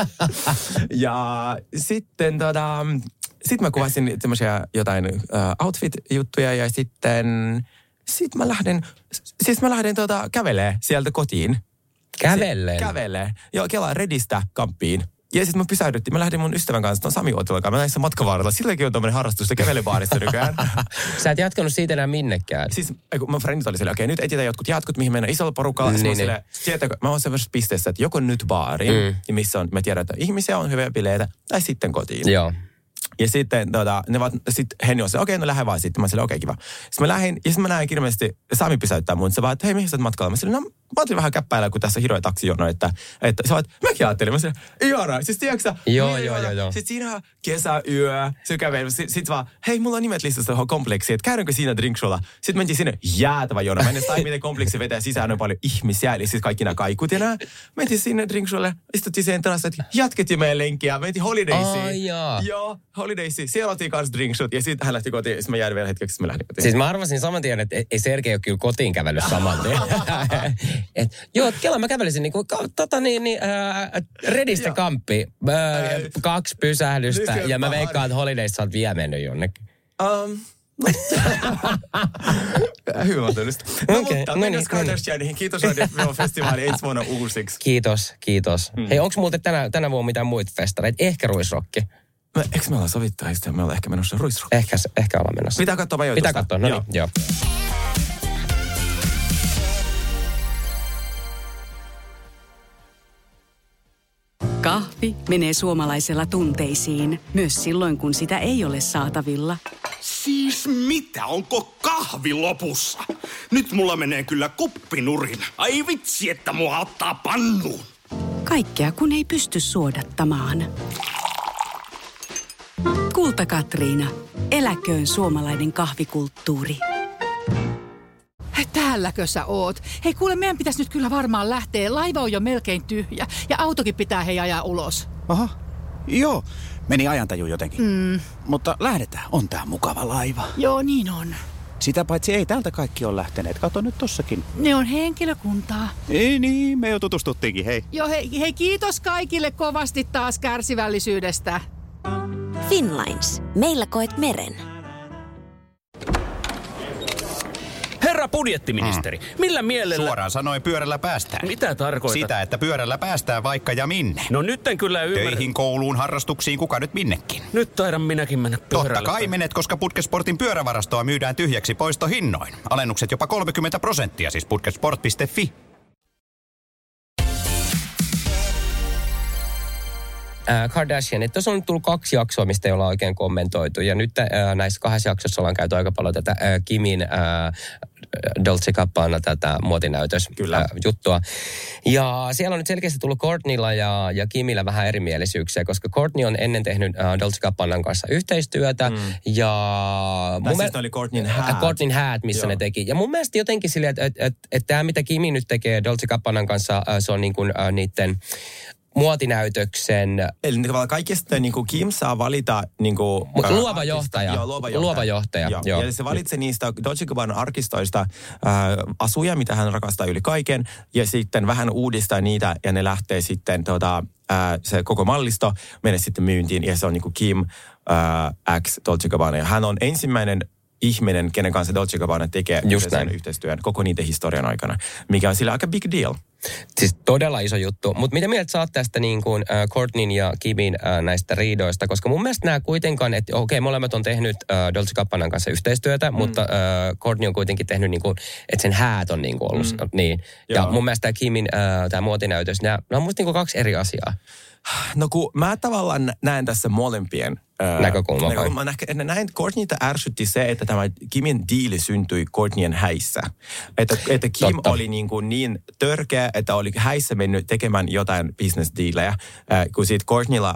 [SPEAKER 6] Ja sitten sitten mä kuvasin semmoisia jotain outfit-juttuja ja sitten mä lähden kävelee sieltä kotiin. Kävelee. Joo, Kelaan Redistä kamppiin. Ja sitten mä lähdin mun ystävän kanssa, Sami Uotilan mä näin sen matkavaaralla. Silläkin on tommoinen harrastus, se kävelee baarista nykyään.
[SPEAKER 8] Sä et jatkanut siitä enää minnekään.
[SPEAKER 6] Siis kun mun frendit oli silleen, nyt etsitään jotkut jatkot, mihin mennään isolla porukalla. Mä oon semmoisessa pisteessä, että joko nyt baariin, missä on, mä tiedän, että ihmisiä on hyviä bileitä, tai sitten kotiin.
[SPEAKER 8] Joo.
[SPEAKER 6] Ja sitten Henni on se, okei, no lähde vaan sitten. Mä sanoin, okei, kiva. Sitten mä lähdin, ja sitten mä näin kirjallisesti, Sami pysäyttää mun. Se vaan, että hei, mihin sä oot matkalla? Mä sanoin, no mä otin vähän käppäillä, kun tässä hirveä taksijono, että sä oot, mäkin ajattelin, mä sanoin, ihanaa, siis tiedätkö
[SPEAKER 8] Joo.
[SPEAKER 6] Sitten siinä kesäyö, se käveli, sit vaan, hei, mulla on nimet listassa tuohon kompleksiin, että käydäänkö siinä drinkshowlla? Sitten mentiin sinne, jäätävä jono, mä en edes miten kompleksi vetää sisään on paljon ihmisiä, eli siis kaikki nämä kaikut ja nää. Mentiin sinne drinkshowlle, istuttiin sen terassa, että jatkettiin meidän lenkkiä, mentiin Holidaysiin. Joo, Holidaysiin, siellä oltiin kanssa drinkshot ja sitten hän lähti kotiin, sitten mä jäin vielä hetkeksi, mä lähdin kotiin.
[SPEAKER 8] Siis mä arvasin saman tien, että ei Sergei ole kyllä kotiin kävellyt saman tien. Kela mä kävelisin Redistä kamppi, 2 pysähdystä ja mä veikkaan, että Holidayssa olet vielä mennyt jonnekin.
[SPEAKER 6] Hyvä tyylistä. Mutta mennään Kardashianiin. Kiitos Radio-festivaali ensi vuonna uusiksi.
[SPEAKER 8] Kiitos. Hei, onko muuten tänä vuonna mitään muita festareita? Ehkä Ruisrokki.
[SPEAKER 6] Eikö me olla sovittaa, että me ollaan ehkä menossa Ruisrokki?
[SPEAKER 8] Ehkä ollaan menossa.
[SPEAKER 6] Pitää katsoa majoitusta.
[SPEAKER 8] Pitää katsoa, no niin, joo.
[SPEAKER 1] Kahvi menee suomalaisella tunteisiin, myös silloin kun sitä ei ole saatavilla.
[SPEAKER 9] Siis mitä? Onko kahvi lopussa? Nyt mulla menee kyllä kuppinurin. Ai vitsi, että mua ottaa pannuun.
[SPEAKER 1] Kaikkea kun ei pysty suodattamaan. Kulta Katriina. Eläköön suomalainen kahvikulttuuri.
[SPEAKER 10] Täälläkö sä oot? Hei kuule, meidän pitäisi nyt kyllä varmaan lähteä. Laiva on jo melkein tyhjä ja autokin pitää ajaa ulos.
[SPEAKER 9] Aha, joo. Meni ajantaju jotenkin. Mutta lähdetään. On tää mukava laiva.
[SPEAKER 10] Joo, niin on.
[SPEAKER 9] Sitä paitsi ei täältä kaikki ole lähteneet. Kato nyt tossakin.
[SPEAKER 10] Ne on henkilökuntaa.
[SPEAKER 9] Ei niin, me jo tutustuttiinkin, hei.
[SPEAKER 10] Joo, hei kiitos kaikille kovasti taas kärsivällisyydestä.
[SPEAKER 3] Finnlines. Meillä koet meren.
[SPEAKER 11] Herra budjettiministeri, millä mielellä...
[SPEAKER 12] Suoraan sanoen pyörällä päästään.
[SPEAKER 11] Mitä tarkoitat?
[SPEAKER 12] Sitä, että pyörällä päästään vaikka ja minne.
[SPEAKER 11] No nyt en kyllä ymmärrä.
[SPEAKER 12] Töihin, kouluun, harrastuksiin, kuka nyt minnekin.
[SPEAKER 11] Nyt taidan minäkin mennä pyörällä.
[SPEAKER 12] Totta kai menet, koska Putkesportin pyörävarastoa myydään tyhjäksi poistohinnoin. Alennukset jopa 30%, siis putkesport.fi.
[SPEAKER 8] Kardashian. Tuossa on tullut 2 jaksoa, mistä ei olla oikein kommentoitu. Ja nyt näissä 2 jaksossa ollaan käyty aika paljon tätä Kimin Dolce Gabbana tätä muotinäytösjuttua. Ja siellä on nyt selkeästi tullut Kourtneylla ja Kimillä vähän erimielisyyksiä, koska Kourtney on ennen tehnyt Dolce Gabbanan kanssa yhteistyötä. Ja
[SPEAKER 6] siis oli Kourtneyn häät.
[SPEAKER 8] Kourtneyn häät, missä ne teki. Ja mun mielestä jotenkin silleen, että tämä mitä Kimi nyt tekee Dolce Gabbanan kanssa, se on niin kuin niiden muotinäytöksen.
[SPEAKER 6] Eli tavallaan kaikista niin kuin Kim saa valita niin kuin,
[SPEAKER 8] luova johtaja.
[SPEAKER 6] Joo, luova johtaja. Joo. Ja se valitsee niistä Dolce Gabbanan arkistoista asuja, mitä hän rakastaa yli kaiken. Ja sitten vähän uudistaa niitä ja ne lähtee sitten se koko mallisto menee sitten myyntiin. Ja se on niin kuin Kim X Dolce Gabbana. Ja hän on ensimmäinen ihminen, kenen kanssa Dolce Gabbana tekee yhteistyön koko niiden historian aikana, mikä on sillä aika big deal.
[SPEAKER 8] Siis todella iso juttu. Mutta mitä mieltä sä oot tästä niin kuin Kourtneyn ja Kimin näistä riidoista? Koska mun mielestä nämä kuitenkaan, että okei, molemmat on tehnyt Dolce Gabbanan kanssa yhteistyötä, mutta Kourtney on kuitenkin tehnyt niin kuin, että sen häät on niin kuin ollut niin. Ja mun mielestä Kimin tämä muotinäytös, nämä on musta niin kuin 2 eri asiaa.
[SPEAKER 6] No kun mä tavallaan näen tässä molempien
[SPEAKER 8] näkökulma.
[SPEAKER 6] Mä näin Kourtneyta ärsytti se, että tämä Kimin diili syntyi Kourtneyn häissä. Että Kim oli niin törkeä, että oli häissä mennyt tekemään jotain business-diilejä, kun siitä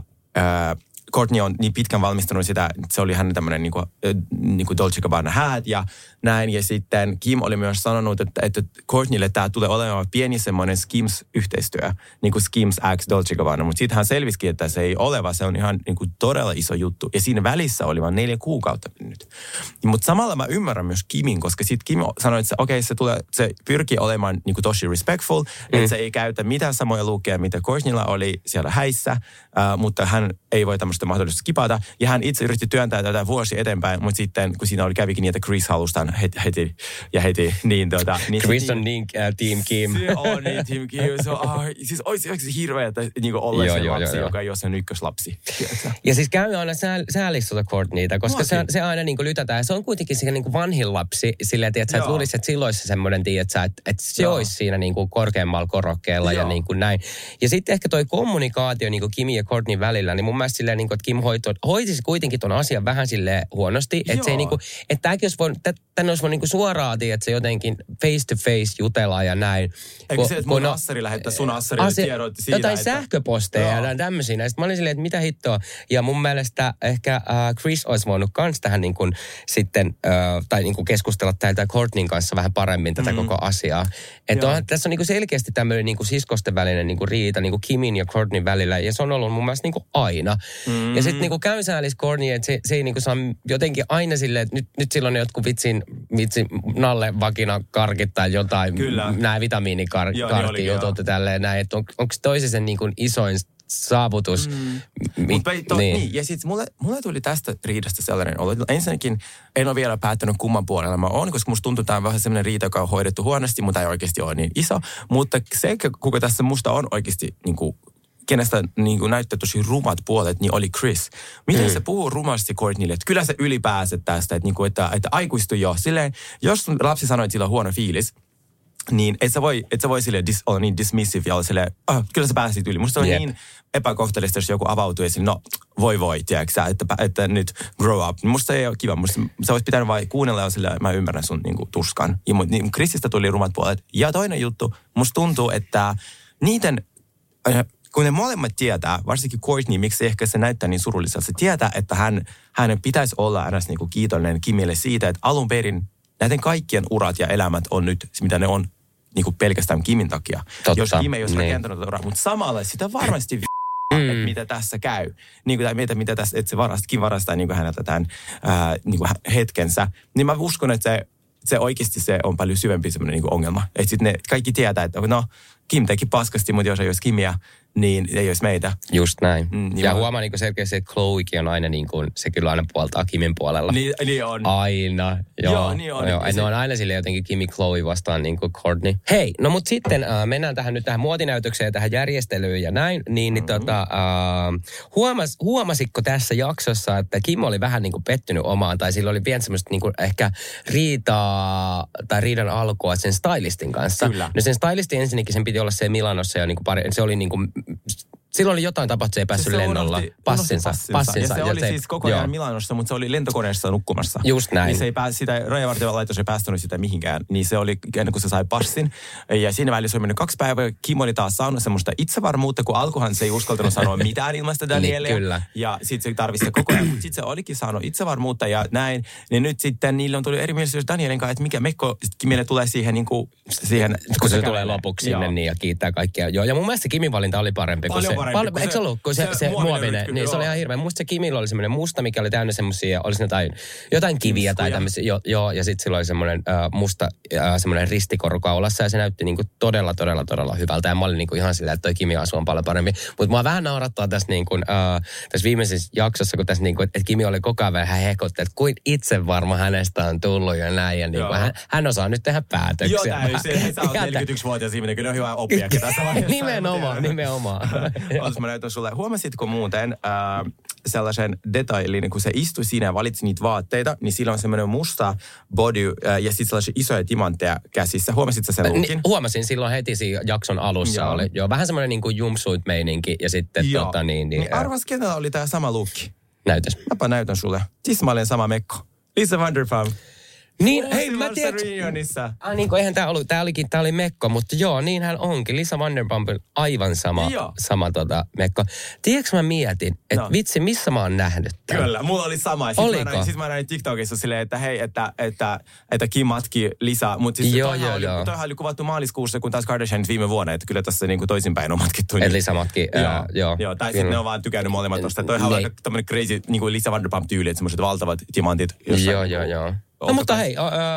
[SPEAKER 6] Kourtney on niin pitkän valmistunut sitä, että se oli hänen tämmöinen niin kuin Dolce Gabbana häät ja näin. Ja sitten Kim oli myös sanonut, että Kourtneylle tämä tulee olemaan pieni semmoinen Skims-yhteistyö, niin kuin Skims X Dolce Gabbana. Mutta sitten hän selvisikin, että se ei ole, vaan se on ihan niin kuin todella iso juttu. Ja siinä välissä oli vain 4 kuukautta nyt. Mutta samalla mä ymmärrän myös Kimin, koska sitten Kim sanoi, että se pyrkii olemaan niin kuin tosi respectful, että se ei käytä mitään samoja lukeja, mitä Kourtneylla oli siellä häissä, mutta hän ei voi tämmöistä mahdollisesti skipata. Ja hän itse yritti työntää tätä vuosi eteenpäin, mutta sitten kun siinä kävikin niin, että Chris halustaan heti. Niin,
[SPEAKER 8] Chris on niin Team Kim.
[SPEAKER 6] Se on niin Team Kim. Siis olisi hirveä, että niin olla se lapsi, joka ei ole sen ykköslapsi.
[SPEAKER 8] Ja siis käy aina säälissä tuota Kourtneyta, koska se aina niin kuin lytätään. Se on kuitenkin se niin kuin vanhin lapsi, silleen, että sä et luulisi, että silloin se semmoinen, että se olisi siinä niin kuin korkeammalla korokkeella ja niin kuin näin. Ja sitten ehkä toi kommunikaatio niin kuin Kimin ja Kourtneyn välillä, niin mun mielestä silleen, niin niinku, että Kim hoitisi kuitenkin ton asian vähän silleen huonosti. Että se ei niinku, että tänne olisi voinut niinku suoraan, että se jotenkin face to face jutella ja näin.
[SPEAKER 6] Eikö se, että mun assari lähettää sun assarille tiedoitti siitä,
[SPEAKER 8] jotain sähköposteja ja tämmöisiä. Ja sitten mä olin silleen, että mitä hittoa. Ja mun mielestä ehkä Chris olisi voinut kans tähän niin kuin sitten, tai niin kuin keskustella tältä Kourtneyn kanssa vähän paremmin tätä koko asiaa. Että tässä on niin kuin selkeästi tämmöinen niin kuin siskosten välinen niin kuin riita niin kuin Kimin ja Kourtneyn välillä. Ja se on ollut mun mielestä niin kuin aina. Ja sitten niin kuin käy säälis Kourtney, että se ei niin kuin saa jotenkin aina silleen, että nyt silloin ne jotkut vitsin nalle vakina karkit tai jotain. Nämä vitamiinikarkkijutut ja tälleen näin. Että onko toisi sen niin kuin isoin saavutus.
[SPEAKER 6] Niin. Ja sitten mulle tuli tästä riidasta sellainen olo. Ensinnäkin en ole vielä päättänyt kumman puolella mä oon, koska musta tuntuu, että tämä on vähän sellainen riita, joka on hoidettu huonosti, mutta ei oikeasti ole niin iso. Mutta se, kuka tässä musta on oikeasti niin kuin, kenestä niin kuin näyttää tosi rumat puolet, niin oli Chris. Miten se puhuu rumasti Kourtneylle, että kyllä se ylipääset tästä, että, niin kuin, että aikuistu jo. Silleen, jos lapsi sanoi, että sillä on huono fiilis, niin et sä voi silleen olla niin dismissive ja olla silleen, kyllä sä pääsit yli. Musta se on niin epäkohtelista, jos joku avautuu ja silleen, tiedätkö sä, että nyt grow up. Musta se ei ole kiva. Musta sä vois pitänyt vain kuunnella ja silleen, mä ymmärrän sun niinku tuskan. Ja niin Chrisistä tuli rumat puolet. Ja toinen juttu, musta tuntuu, että niiden, kun ne molemmat tietää, varsinkin Kourtney, miksi ehkä se näyttää niin surulliselta, se tietää, että hänen pitäisi olla aina niinku kiitollinen Kimille siitä, että alun perin näiden kaikkien urat ja elämät on nyt, mitä ne on, niinku pelkästään Kimin takia.
[SPEAKER 8] Totta,
[SPEAKER 6] jos Kim ei olisi rakentanut uraa, mutta samalla sitä varmasti että mitä tässä käy. Niin kuin, mitä tässä, että Kim varastaa niin häneltä tämän niin hetkensä. Niin mä uskon, että se oikeasti se on paljon syvempi semmoinen niin ongelma. Että sitten ne kaikki tietää, että Kim teki paskasti, mutta jos ei olisi Kimia, niin ei olisi meitä.
[SPEAKER 8] Just näin. Ja huomaa niin selkeästi, että Khloekin on aina niin kuin, se kyllä aina puoltaa Kimin puolella.
[SPEAKER 6] Niin on.
[SPEAKER 8] Aina. Joo, niin on. Joo. Ne on aina sille jotenkin Kimi Khloe vastaan niin kuin Kourtney. Hei, no mut sitten mennään tähän muotinäytökseen ja tähän järjestelyyn ja näin. Huomasitko tässä jaksossa, että Kim oli vähän niin kuin pettynyt omaan, tai sillä oli pieni semmoista niin kuin ehkä riitaa tai riidan alkua sen stylistin kanssa.
[SPEAKER 6] Kyllä.
[SPEAKER 8] No sen stylistin ensinnäkin sen piti olla se Milanossa ja niin kuin se oli niin kuin silloin oli jotain tapahtunut, se ei päässyt lennolla. Passinsa.
[SPEAKER 6] Ja se oli siis koko ajan Milanossa, mutta se oli lentokoneessa nukkumassa.
[SPEAKER 8] Just näin.
[SPEAKER 6] Niin se ei sitä rajavartiolaitos ei päästänyt sitä mihinkään. Niin se oli ennen kuin se sai passin. Ja siinä välissä oli mennyt 2 päivää. Kim oli taas saanut semmoista itsevarmuutta, kun alkuhan se ei uskaltanut sanoa mitään ilmasta Danielia.
[SPEAKER 8] Kyllä.
[SPEAKER 6] Ja sitten se tarvitsi koko ajan. Mutta sitten se olikin saanut itsevarmuutta ja näin. Niin nyt sitten niille on tullut erimielisyys Danielin kanssa, että mikä mekko Kimille tulee siihen niin kuin siihen.
[SPEAKER 8] Kun se tulee lopuksi sinne niin ja kiittää kaikkia. Joo, ja mun mielestä Kimin valinta oli parempi kuin se. Eikö se ollut? Kun se muovinen. Niin se oli ihan hirveä. Musta se Kimillä oli semmoinen musta, mikä oli täynnä semmoisia, olisi jotain kiviä tai tämmöisiä. Joo, ja sitten sillä oli semmoinen musta semmoinen ristikoru kaulassa ja se näytti niinku todella hyvältä. Ja mä olin niinku ihan silleen, että toi Kimi-asu on paljon parempi. Mutta mua vähän naurattaa tässä niinku, tässä viimeisessä jaksossa, kun tässä niinku, että Kimi oli koko ajan vähän hekutti, että kuin itse varma hänestä on tullut ja näin. Ja niinku, hän osaa nyt tehdä päätöksiä.
[SPEAKER 6] Joo, sä oot 41-vuotias ihminen, kyllä on hyvä oppiakin tässä vaiheessa.
[SPEAKER 8] Nimenomaan.
[SPEAKER 6] Mä näytän sulle. Huomasitko muuten sellaisen detailin, kun se istui siinä ja valitsi niitä vaatteita, niin sillä on semmoinen musta body ja sitten sellaisia isoja timantteja käsissä. Huomasitko sen lookin?
[SPEAKER 8] Huomasin silloin heti siinä jakson alussa. Oli vähän semmoinen niin kuin jumpsuit-meininki ja sitten
[SPEAKER 6] niin arvas, kenellä oli tämä sama lookki?
[SPEAKER 8] Näytäs.
[SPEAKER 6] Mäpä näytän sulle. Tismalleen sama mekko. Lisa Vanderpump.
[SPEAKER 8] Niin, hei, mä tiedän. Niin kuin eihän tää oli mekko, mutta joo, niin hän onkin. Lisa Vanderpump aivan sama mekko. Tiedätkö mä mietin, että vitsi, missä mä oon nähnyt tämän?
[SPEAKER 6] Kyllä, mulla oli sama. Sitten mä näin TikTokissa silleen, että hei, että Kim matki Lisa. Mutta siis toihan oli kuvattu maaliskuussa, kun taas Kardashianit viime vuonna, että kyllä tässä niinku toisinpäin on matkittu.
[SPEAKER 8] Että Lisa matki,
[SPEAKER 6] joo. Tai sitten ne on vaan tykännyt molemmat tosta. Toihan on aika tämmönen crazy, niinku Lisa Vanderpump-tyyli, että semmoiset valtavat timantit.
[SPEAKER 8] Joo. No mutta hei,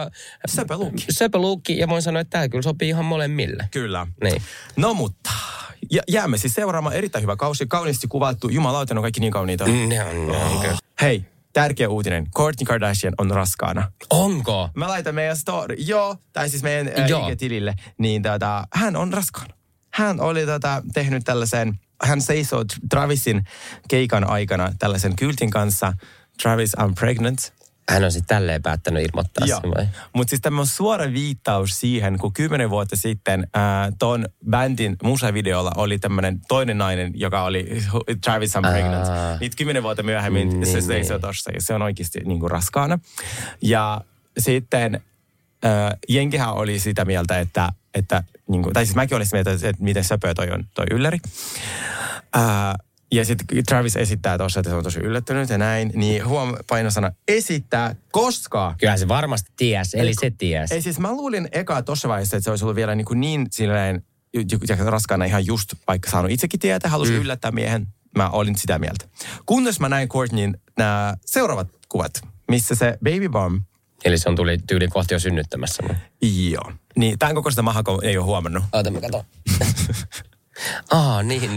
[SPEAKER 8] söpö luukki ja voin sanoa, että tämä kyllä sopii ihan molemmille.
[SPEAKER 6] Kyllä.
[SPEAKER 8] Niin.
[SPEAKER 6] No mutta, jäämme siis seuraamaan erittäin hyvä kausi. Kauniisti kuvattu, jumalauta, on kaikki niin kauniita. Hei, tärkeä uutinen. Kourtney Kardashian on raskaana.
[SPEAKER 8] Onko?
[SPEAKER 6] Mä laitan meidän story, tai siis meidän IG-tilille, niin hän on raskaana. Hän oli tehnyt tällaisen, hän seisoo Travisin keikan aikana tällaisen kyltin kanssa, Travis, I'm pregnant.
[SPEAKER 8] Hän on sitten tälleen päättänyt ilmoittaa sen vai?
[SPEAKER 6] Mutta siis tämä on suora viittaus siihen, kun 10 vuotta sitten ton bändin musavideolla oli tämmöinen toinen nainen, joka oli Travis I'm Pregnant. Niitä 10 vuotta myöhemmin se seisoo tossa ja se on oikeasti niinku raskaana. Ja sitten jenkihän oli sitä mieltä, että niinku, tai siis mäkin olin sitä mieltä, että miten söpöä toi ylläri. Ja sitten Travis esittää tuossa, että se on tosi yllättynyt ja näin, niin painosana esittää, koska...
[SPEAKER 8] Kyllä se varmasti ties, eli se ties.
[SPEAKER 6] Ei siis mä luulin eka tuossa vaiheessa, että se olisi ollut vielä niin silleen raskaana ihan just vaikka saanut itsekin tietää, halusi yllättää miehen. Mä olin sitä mieltä. Kunnes mä näin Courtneyn nämä seuraavat kuvat, missä se baby bomb...
[SPEAKER 8] Eli se on tyyli kohti jo synnyttämässä.
[SPEAKER 6] Joo. Niin tämän kokoista mahako ei ole huomannut.
[SPEAKER 8] Oota mä katon. Niin.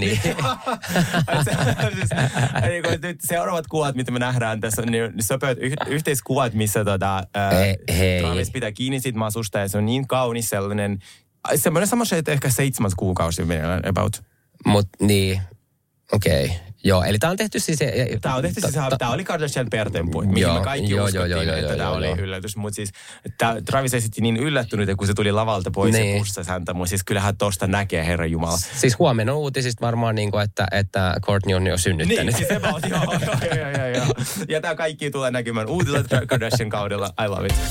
[SPEAKER 6] Nyt seuraavat kuvat, mitä me nähdään tässä, niin söpöt yhteiskuvat, missä Travis pitää kiinni siitä masusta ja se on niin kaunis sellainen, semmoinen sama se, että ehkä 7 kuukausi meillä about.
[SPEAKER 8] Mut niin, okei. Joo, eli tämä on tehty siis...
[SPEAKER 6] Tämä oli Kardashian pertempu, mihin me kaikki uskottiin, että tämä oli yllätys. Mutta siis Travis esitti niin yllättynyt, että kun se tuli lavalta pois ja pussasi häntä, mutta siis kyllähän tosta näkee, Herran Jumala.
[SPEAKER 8] Siis huomenna uutisista varmaan niin kuin, että Courtney on jo synnyttänyt.
[SPEAKER 6] Niin, siis joo. Ja tämä kaikki tulee näkymään uudella Kardashian kaudella. I love it.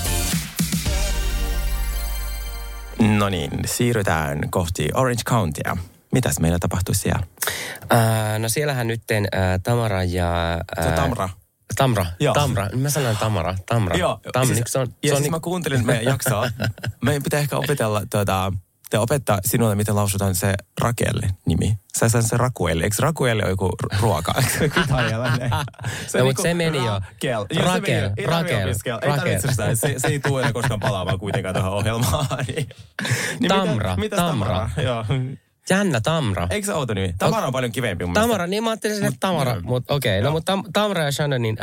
[SPEAKER 6] No niin, siirrytään kohti Orange Countya. Mitäs meillä tapahtui siellä?
[SPEAKER 8] No siellähän nytten Tamara ja...
[SPEAKER 6] Tamra. Joo.
[SPEAKER 8] Tamra. Mä sanon Tamara. Tamra.
[SPEAKER 6] Joo. Mä kuuntelin meidän jaksoa. Meidän pitää ehkä opetella opettaa sinulle, miten lausutaan se Raquel-nimi. Sä sanon se Raquel. Eikö Raquel ole joku ruoka?
[SPEAKER 8] No, mutta se meni jo. Raquel.
[SPEAKER 6] Se ei tule enää koskaan palaamaan kuitenkaan tuohon ohjelmaan.
[SPEAKER 8] Tamra.
[SPEAKER 6] Joo.
[SPEAKER 8] Jännä Tamra.
[SPEAKER 6] Eikö se outo nimi? Tamara on paljon kivempi mun
[SPEAKER 8] Tamara, niin mä ajattelin, että Tamara. Mutta okei. No mutta Tamra ja Shannonin,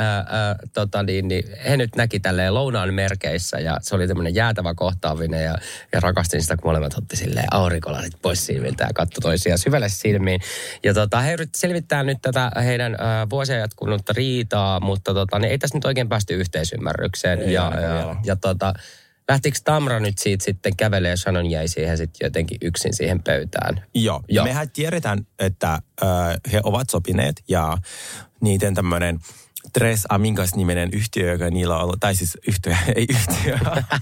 [SPEAKER 8] he nyt näki tälleen lounaan merkeissä ja se oli tämmöinen jäätävä kohtaaminen ja rakastin sitä, kun molemmat otti silleen aurinkolasit pois silmiltä ja katsoi toisiaan syvälle silmiin. Ja he selvittää nyt tätä heidän vuosia jatkunutta riitaa, mutta ne ei tässä nyt oikein päästy yhteisymmärrykseen. Lähtikö Tamra nyt siitä sitten kävelee ja Shannon jäi siihen sitten jotenkin yksin siihen pöytään?
[SPEAKER 6] Joo. Mehän tiedetään, että he ovat sopineet ja niiden tämmöinen Tres Amigas-niminen yhtiö, joka niillä on ollut, tai siis ei yhtiö.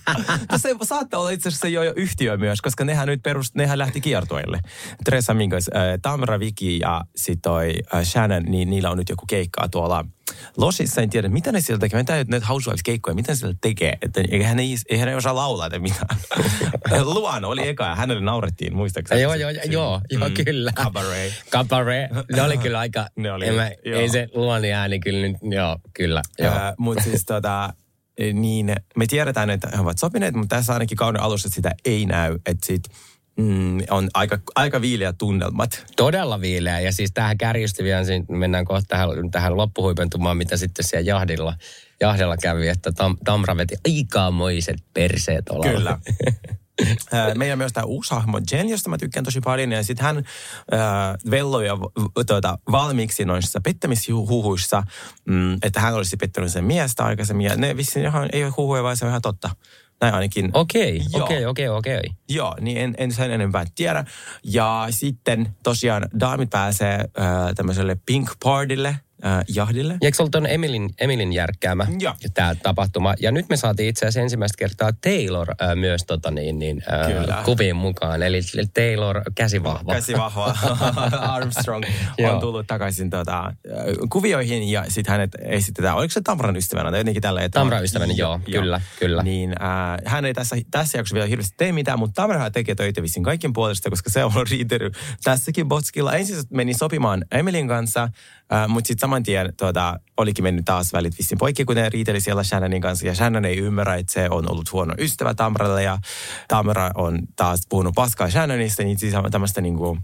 [SPEAKER 6] Se saattaa olla itse asiassa jo yhtiö myös, koska nehän lähti kiertueille. Tres Amigas, Tamra, Vicky ja sitten toi Shannon, niin niillä on nyt joku keikkaa tuolla Losissa. En tiedä, mitä ne siellä tekee. Mä en tiedä, näitä Housewives-keikkoja, mitä ne siellä tekee. Että eihän ne osaa laulaa tai mitään. Luan oli eka ja hänelle naurettiin, muistaakseni?
[SPEAKER 8] Joo, kyllä. Cabaret. Ne oli kyllä aika... Ei se Luani ääni kyllä nyt, kyllä.
[SPEAKER 6] Mutta siis niin me tiedetään, että he ovat sopineet, mutta tässä ainakin kauden alussa sitä ei näy, että sit on aika viileät tunnelmat.
[SPEAKER 8] Todella viileä. Ja siis tähän kärjistyi vielä, mennään kohta tähän loppuhuipentumaan, mitä sitten siellä jahdilla kävi, että Tamra veti aikamoiset perseet olalla.
[SPEAKER 6] Kyllä. Meidän myös tämä uusi hahmo Jen, josta mä tykkään tosi paljon. Ja sitten hän velloi valmiiksi noissa pettämishuhuissa, että hän olisi pettänyt sen miestä aikaisemmin. Ja ne vissiin ei ole huhuja, vaan se on ihan totta. Näin ainakin.
[SPEAKER 8] Okei.
[SPEAKER 6] Joo, niin en sen enempää tiedä. Ja sitten tosiaan daamit pääsee tämmöiselle pink partylle, jahdille.
[SPEAKER 8] Ja eikö se ollut tuon Emilin järkkäämä tämä tapahtuma? Ja nyt me saatiin itse asiassa ensimmäistä kertaa Taylor myös kuviin mukaan. Eli Taylor käsivahva.
[SPEAKER 6] Armstrong on tullut takaisin kuvioihin ja sitten hänet esitetään. Oliko se Tamran ystävänä tai jotenkin tällä?
[SPEAKER 8] Tamran ystävänä, joo. Kyllä.
[SPEAKER 6] Niin hän ei tässä jaksossa vielä hirveästi tee mitään, mutta Tamrahan tekee töitä vissiin kaikkien puolesta, koska se on riitellyt tässäkin botskilla. Ensin meni sopimaan Emilin kanssa, mutta sitten saman tien olikin mennyt taas välit vissiin poikki, kun ne riiteli siellä Shannonin kanssa. Ja Shannon ei ymmärrä, että se on ollut huono ystävä Tamralle. Ja Tamra on taas puhunut paskaa Shannonista, niin siis tämmöistä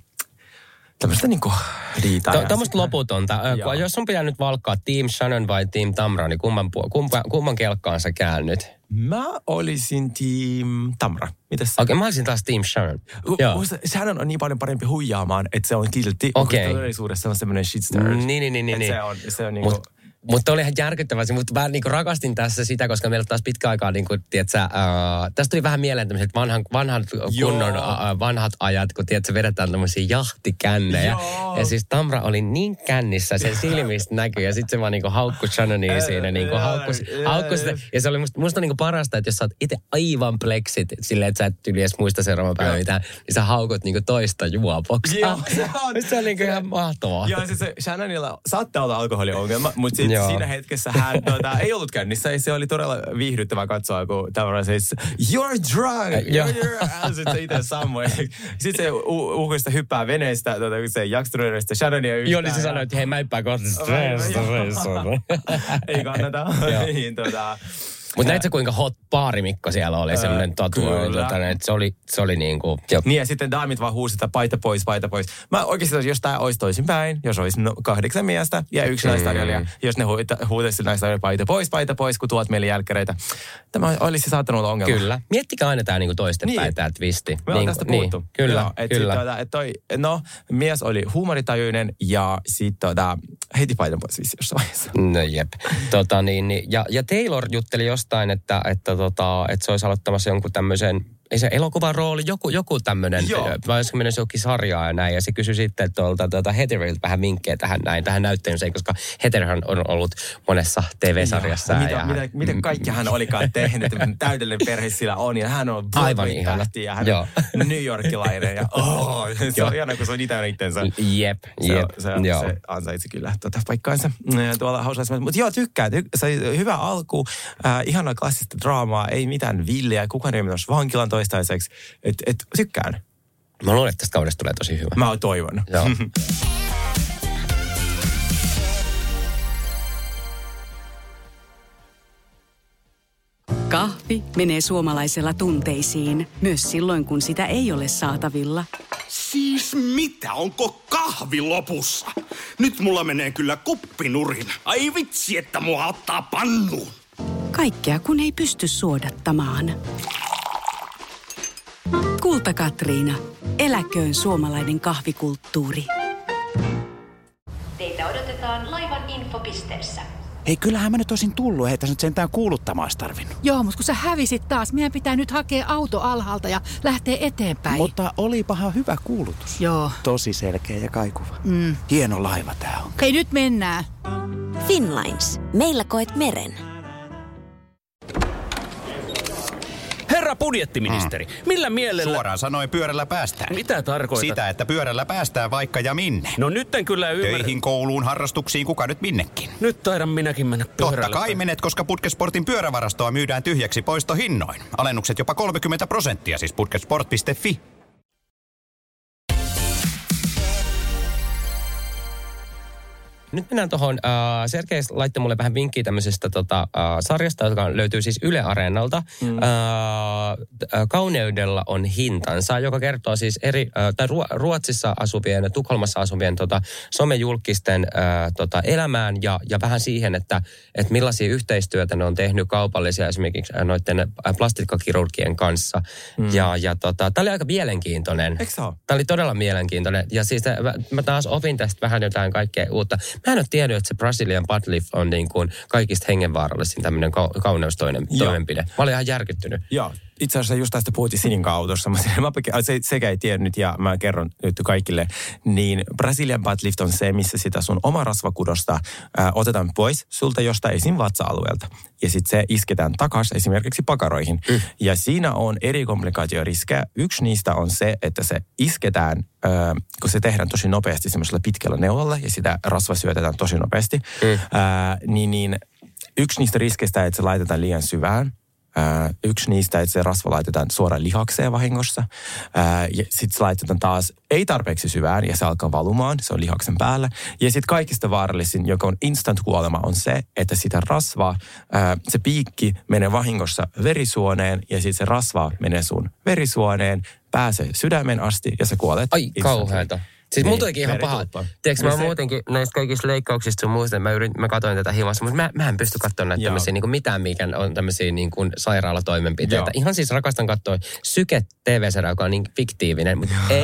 [SPEAKER 6] riitaa.
[SPEAKER 8] Tämmöistä loputonta. Jos sun pitää nyt valkkaa Team Shannon vai Team Tamra, niin kumman kelkkaan sä käännyt?
[SPEAKER 6] Mä olisin Team Tamra. Mitäs?
[SPEAKER 8] Okei, mä olisin taas Team Shannon.
[SPEAKER 6] Shannon on niin paljon parempi huijaamaan, että se on kiltti.
[SPEAKER 8] Okei.
[SPEAKER 6] Todellisuudessa se on semmoinen shitster.
[SPEAKER 8] Niin.
[SPEAKER 6] Se on niinku...
[SPEAKER 8] Mutta oli ihan järkyttävää, mutta mä niinku rakastin tässä sitä, koska meillä taas pitkä aikaa, niinku, tiedätkö, tästä tuli vähän mieleen tämmöiset vanhat ajat, kun tiedätkö, vedetään tämmöisiä jahtikännejä. Joo. Ja siis Tamra oli niin kännissä, sen silmistä näkyi, ja sitten se vaan niinku haukkui Shannonia siinä, niinku haukkui sitä. Ja se oli musta niinku parasta, että jos sä oot itse aivan pleksit, silleen, että sä et yli edes muista seuraavan päivän mitään, niin sä haukut niinku toista juopoksaa. Joo, se on niinku ihan mahtavaa.
[SPEAKER 6] Joo, siis Shannonilla saattaa olla alkoholiongelma, mutta siinä hetkessä hän ei ollut kännissä, ja se oli todella viihdyttävää katsoa, kun Tamra siis, you're drunk, sitten se itse sammui. Sitten se uhkista hyppää veneestä, se jakstruudesta Shannonia yhtään.
[SPEAKER 8] Joo, niin se sanoi, että hei, mä hyppään kohta
[SPEAKER 6] ei kannata.
[SPEAKER 8] Mutta näit sä kuinka hot baarimikko siellä oli, semmoinen tatuointi, että se oli niinku...
[SPEAKER 6] Niin ja sitten daamit vaan huusi, että paita pois. Mä oikeasti, jos tää olisi toisinpäin, jos olisi 8 miestä ja 1 naistarjoilija, jos ne huutaisi naistarjoilija paita pois, kun tuot meille jälkkäreitä. Tämä olisi saattanut olla ongelma.
[SPEAKER 8] Kyllä. Miettikää aina tää niinku toistepäin, tää twisti.
[SPEAKER 6] Me on tästä puhuttu.
[SPEAKER 8] Niin, kyllä.
[SPEAKER 6] Mies oli huumoritajuinen ja sitten heiti paitan pois vissi jossain vaiheessa.
[SPEAKER 8] No jep. Ja Taylor jutteli jostain, että se olisi aloittamassa jonkun tämmöisen, ei se elokuvan rooli, joku tämmöinen, vai olisiko mennessä jokin sarjaa ja näin, ja se kysyi sitten tuolta Heatherilta vähän vinkkejä tähän näyttelyyn, koska Heatherhan on ollut monessa TV-sarjassa.
[SPEAKER 6] Mitä kaikki hän olikaan tehnyt, täydellinen perhe sillä on, ja hän on
[SPEAKER 8] aivan ihana.
[SPEAKER 6] Ja hän on New Yorkilainen, ja se on ihana, kun se on itäinen itsensä.
[SPEAKER 8] Jep.
[SPEAKER 6] Se ansaitsi kyllä paikkaansa tuolla hausaisemmassa. Mutta joo, tykkään. Se on hyvä alku, ihana klassista draamaa, ei mitään villiä, kukaan ei menossa vankilan toistaiseksi. Tykkään.
[SPEAKER 8] Mä luulen, että tästä kaudesta tulee tosi hyvä.
[SPEAKER 6] Mä toivon.
[SPEAKER 8] Joo.
[SPEAKER 1] Kahvi menee suomalaisella tunteisiin, myös silloin kun sitä ei ole saatavilla.
[SPEAKER 9] Siis mitä? Onko kahvi lopussa? Nyt mulla menee kyllä kuppinurin. Ai vitsi, että mua ottaa pannuun.
[SPEAKER 1] Kaikkea kun ei pysty suodattamaan. Kulta Katriina. Eläköön suomalainen kahvikulttuuri.
[SPEAKER 3] Teitä odotetaan laivan infopisteessä.
[SPEAKER 13] Hei, kyllähän mä nyt olisin tullut. Ei tässä nyt sentään kuuluttamaan tarvinnut.
[SPEAKER 10] Joo, mutta kun sä hävisit taas, meidän pitää nyt hakea auto alhaalta ja lähteä eteenpäin.
[SPEAKER 13] Mutta olipahan hyvä kuulutus.
[SPEAKER 10] Joo.
[SPEAKER 13] Tosi selkeä ja kaikuva. Hieno laiva tää on.
[SPEAKER 10] Hei, nyt mennään.
[SPEAKER 3] Finnlines. Meillä koet meren.
[SPEAKER 11] Herra budjettiministeri, millä mielellä...
[SPEAKER 12] Suoraan sanoen pyörällä päästään.
[SPEAKER 11] Mitä tarkoitat?
[SPEAKER 12] Sitä, että pyörällä päästään vaikka ja minne.
[SPEAKER 11] No nyt en kyllä ymmärrä.
[SPEAKER 12] Töihin, kouluun, harrastuksiin, kuka nyt minnekin.
[SPEAKER 11] Nyt taidan minäkin mennä pyörällä.
[SPEAKER 12] Totta kai menet, koska Putkesportin pyörävarastoa myydään tyhjäksi poistohinnoin. Alennukset jopa 30%, siis putkesport.fi.
[SPEAKER 8] Nyt mennään tuohon, Sergei laittoi mulle vähän vinkkiä tämmöisestä sarjasta, joka löytyy siis Yle Areenalta. Kauneudella on hintansa, joka kertoo siis Ruotsissa asuvien, Tukholmassa asuvien somejulkisten elämään ja vähän siihen, että millaisia yhteistyötä ne on tehnyt kaupallisia esimerkiksi noiden plastiikkakirurgien kanssa. Tämä oli aika mielenkiintoinen.
[SPEAKER 6] Eikö se ole?
[SPEAKER 8] Tämä oli todella mielenkiintoinen. Ja siis mä taas opin tästä vähän jotain kaikkea uutta. Mä en ole tiennyt, että se Brazilian butt lift on niin kuin kaikista hengenvaarallisin tämmöinen kauneustoimenpide. Mä olin ihan järkyttynyt.
[SPEAKER 6] Joo. Itse asiassa just tästä puhuttiin Sinin autossa. Sekä ei tiennyt ja mä kerron nyt kaikille. Niin Brazilian butt lift on se, missä sitä sun oma rasvakudosta otetaan pois sulta jostain esim. Vatsa-alueelta. Ja sitten se isketään takaisin esimerkiksi pakaroihin. Ja siinä on eri komplikaatioriskejä. Yksi niistä on se, että se isketään, kun se tehdään tosi nopeasti semmoisella pitkällä neulalla ja sitä rasva syötetään tosi nopeasti. Yksi niistä riskeistä, että se laitetaan liian syvään. Yksi niistä, että se rasva laitetaan suoraan lihakseen vahingossa. Ja sitten se laitetaan taas ei tarpeeksi syvään ja se alkaa valumaan. Se on lihaksen päällä. Ja sitten kaikista vaarallisin, joka on instant kuolema, on se, että sitä rasvaa, se piikki menee vahingossa verisuoneen ja sitten se rasva menee sun verisuoneen, pääsee sydämen asti ja sä kuolet.
[SPEAKER 8] Ai kauheata. Siis mulla tulikin ihan paha. Tiedätkö, mä muutenkin näistä kaikista leikkauksista sun muista, mä katsoin tätä himassa, mutta mä en pysty katsoa näitä tämmöisiä niin kuin mitään, mikä on tämmöisiä niin kuin sairaalatoimenpiteitä. Ihan siis rakastan katsoa Syke TV-sarjaa, joka on niin fiktiivinen, mutta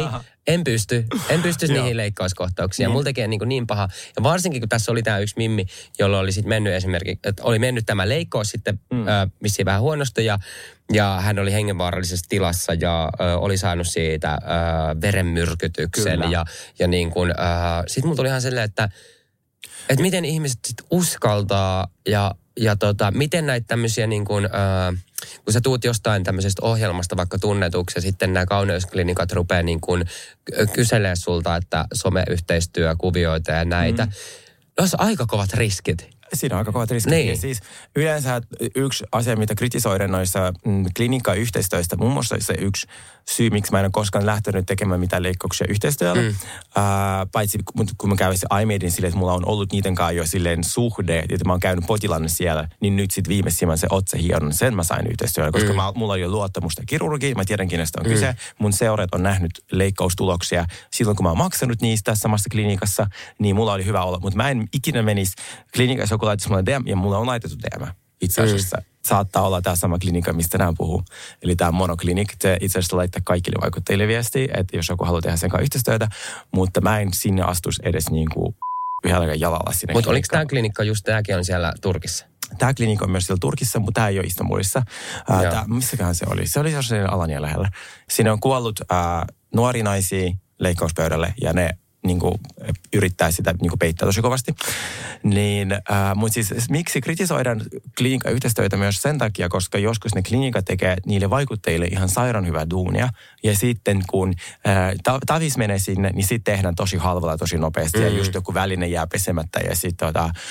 [SPEAKER 8] En pysty niihin leikkauskohtauksiin. Ja mulla tekee niin paha. Ja varsinkin, kun tässä oli tämä yksi mimmi, jolla oli sitten mennyt esimerkiksi, että oli mennyt tämä leikkaus sitten missä vähän huonosti ja hän oli hengenvaarallisessa tilassa ja oli saanut siitä verenmyrkytyksen. Ja niin kuin, sitten mulla tuli ihan silleen, että miten ihmiset sitten uskaltaa ja miten näitä tämmöisiä niin kuin, kun sä tuut jostain tämmöisestä ohjelmasta vaikka tunnetuksi ja sitten nämä kauneusklinikat rupeaa niin kuin kyselee sulta, että someyhteistyökuvioita ja näitä. Olisi aika kovat riskit.
[SPEAKER 6] Siinä on aika kovat riskit.
[SPEAKER 8] Niin.
[SPEAKER 6] Ja siis yleensä yksi asia, mitä kritisoidaan noissa klinikkayhteistyöistä, muun muassa se yksi syy, miksi mä en ole koskaan lähtenyt tekemään mitään leikkauksia yhteistyöllä. Paitsi kun mä käyn iMedin silleen, että mulla on ollut niiden kanssa jo silleen suhde, että mä oon käynyt potilaana siellä, niin nyt sitten viimeisimmän se otsahieron, sen mä sain yhteistyöllä, koska mulla on jo luottamusta kirurgiin, mä tiedän kenestä on kyse. Mun seurat on nähnyt leikkaustuloksia silloin, kun mä oon maksanut niistä samassa klinikassa, niin mulla oli hyvä olla. Mutta mä en ikinä menisi klinikassa, joku laittaisi mulle DM, ja mulla on laitettu DM. Itse asiassa saattaa olla tämä sama klinikka, mistä tänään puhuu. Eli tämä monoklinik. Se itse asiassa laittaa kaikille vaikuttajille viestiä, että jos joku haluaa tehdä sen kanssa yhteistyötä, mutta mä en sinne astuisi edes niin kuin yhdellä jalalla sinne.
[SPEAKER 8] Mutta oliko tämä klinikka just tämäkin on siellä Turkissa? Tämä
[SPEAKER 6] klinikka on myös siellä Turkissa, mutta tämä ei ole Istanbulissa. Missäköhän se oli? Se oli jossain Alania lähellä. Siinä on kuollut nuori naisia leikkauspöydälle ja ne niin kuin yrittää sitä niin kuin peittää tosi kovasti. Mutta siis miksi kritisoidaan klinikkayhteistyötä myös sen takia, koska joskus ne klinikat tekee niille vaikuttajille ihan sairaan hyvää duunia. Ja sitten kun tavis menee sinne, niin sitten tehdään tosi halvalla tosi nopeasti. Ja just joku väline jää pesemättä ja sitten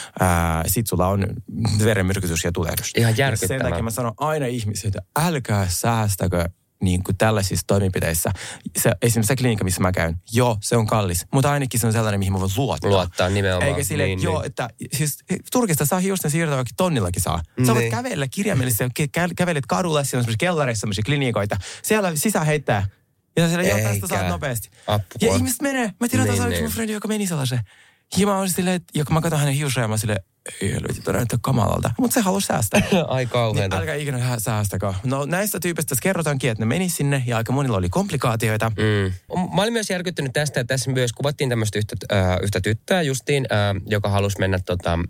[SPEAKER 6] sit sulla on verenmyrkytys ja tulehdus.
[SPEAKER 8] Ihan järkyttävää.
[SPEAKER 6] Sen takia mä sanon aina ihmisille, että älkää säästäkö niin kuin tällaisissa toimenpiteissä. Esimerkiksi se klinikka, missä mä käyn, joo, se on kallis, mutta ainakin se on sellainen, mihin mä voin luottaa.
[SPEAKER 8] Luottaa nimenomaan.
[SPEAKER 6] Eikä silleen, niin. Että siis Turkista saa hiusten siirtoa, vaikka tonnillakin saa. Sä voit kävellä kirjaimellisesti, kävelet kadulla, siellä on semmoisia kellareissa, semmoisia klinikoita, siellä sisään heittää. Ja siellä, joo, tästä saat nopeasti. Ja ihmiset menee. Mä tiedän, että yksi mun frendi, joka meni sellaisen. Ja mä olin silleen, että kun mä katson hänen hiusreja, mä silleen, ei helvetti, toi näyttää kamalalta. Mutta se halusi säästää.
[SPEAKER 8] Ai kauheeta.
[SPEAKER 6] Niin, älkää ikinä säästäkö. No näistä tyypistä kerrotaankin, että ne meni sinne ja aika monilla oli komplikaatioita.
[SPEAKER 8] Mä olin myös järkyttynyt tästä, että tässä myös kuvattiin tämmöistä yhtä tyttöä justiin, joka halusi mennä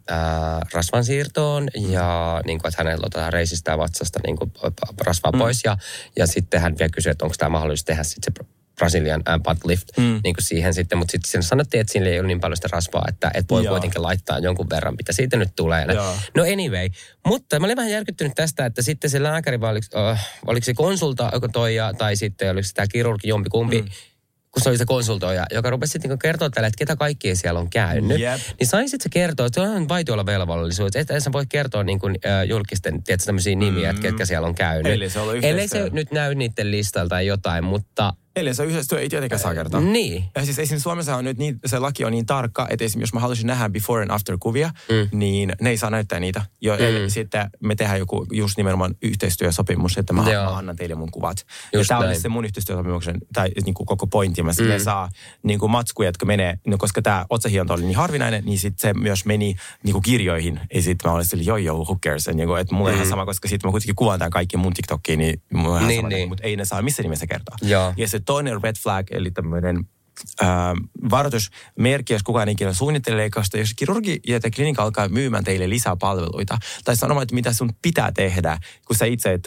[SPEAKER 8] rasvansiirtoon ja niin kuin, että hänellä otetaan reisistä ja vatsasta niin kuin, rasvaa pois. Ja sitten hän vielä kysyi, että onko tämä mahdollista tehdä sitten se Brazilian butt lift niin kuin siihen sitten, mutta sitten siinä sanottiin, että siinä ei ole niin paljon sitä rasvaa, että voi kuitenkin laittaa jonkun verran, mitä siitä nyt tulee. No anyway, mutta mä olin vähän järkyttynyt tästä, että sitten se lääkäri, oliko se konsultoija tai sitten oliko se tämä kirurgi jompikumpi, kun se oli se konsultoija, joka rupesi sitten kertoa tälle, että ketä kaikkia siellä on käynyt. Niin sain sitten se kertoa, että se on vaitiolovelvollisuus, että sä voi kertoa niin kuin, julkisten, tiedätkö, tämmöisiä nimiä, että ketkä siellä on käynyt. Ellei se nyt näy niiden listalta tai jotain, mutta
[SPEAKER 6] Eli se yhteistyö ei tietenkään saa kertoa.
[SPEAKER 8] Niin.
[SPEAKER 6] Ja siis esimerkiksi Suomessa on nyt se laki on niin tarkka, että esimerkiksi jos mä haluaisin nähdä before and after kuvia, niin ne ei saa näyttää niitä. Eli sitten me tehdään joku just nimenomaan yhteistyösopimus, että mä annan teille mun kuvat. Just ja tämä on se mun yhteistyösopimuksen, tai niin kuin koko pointti. Mä ne saa niin kuin matskuja, jotka menee, no koska tämä otsahionta oli niin harvinainen, niin sitten se myös meni niin kuin kirjoihin. Ja sitten mä olin sille, who cares? Ja niin kuin, että mulla on ihan sama, koska sitten mä kuitenkin kuvaan tämän kaikki mun TikTokiin, niin mulla on ihan sama, mutta ei ne saa missä nimessä kertoa. Ja se toinen red flag, eli tämmöinen varoitusmerkki, jos kukaan ikinä suunnittelee leikkausta, jos kirurgi ja klinikka alkaa myymään teille lisää palveluita, tai sanomaan, että mitä sun pitää tehdä, kun sä itse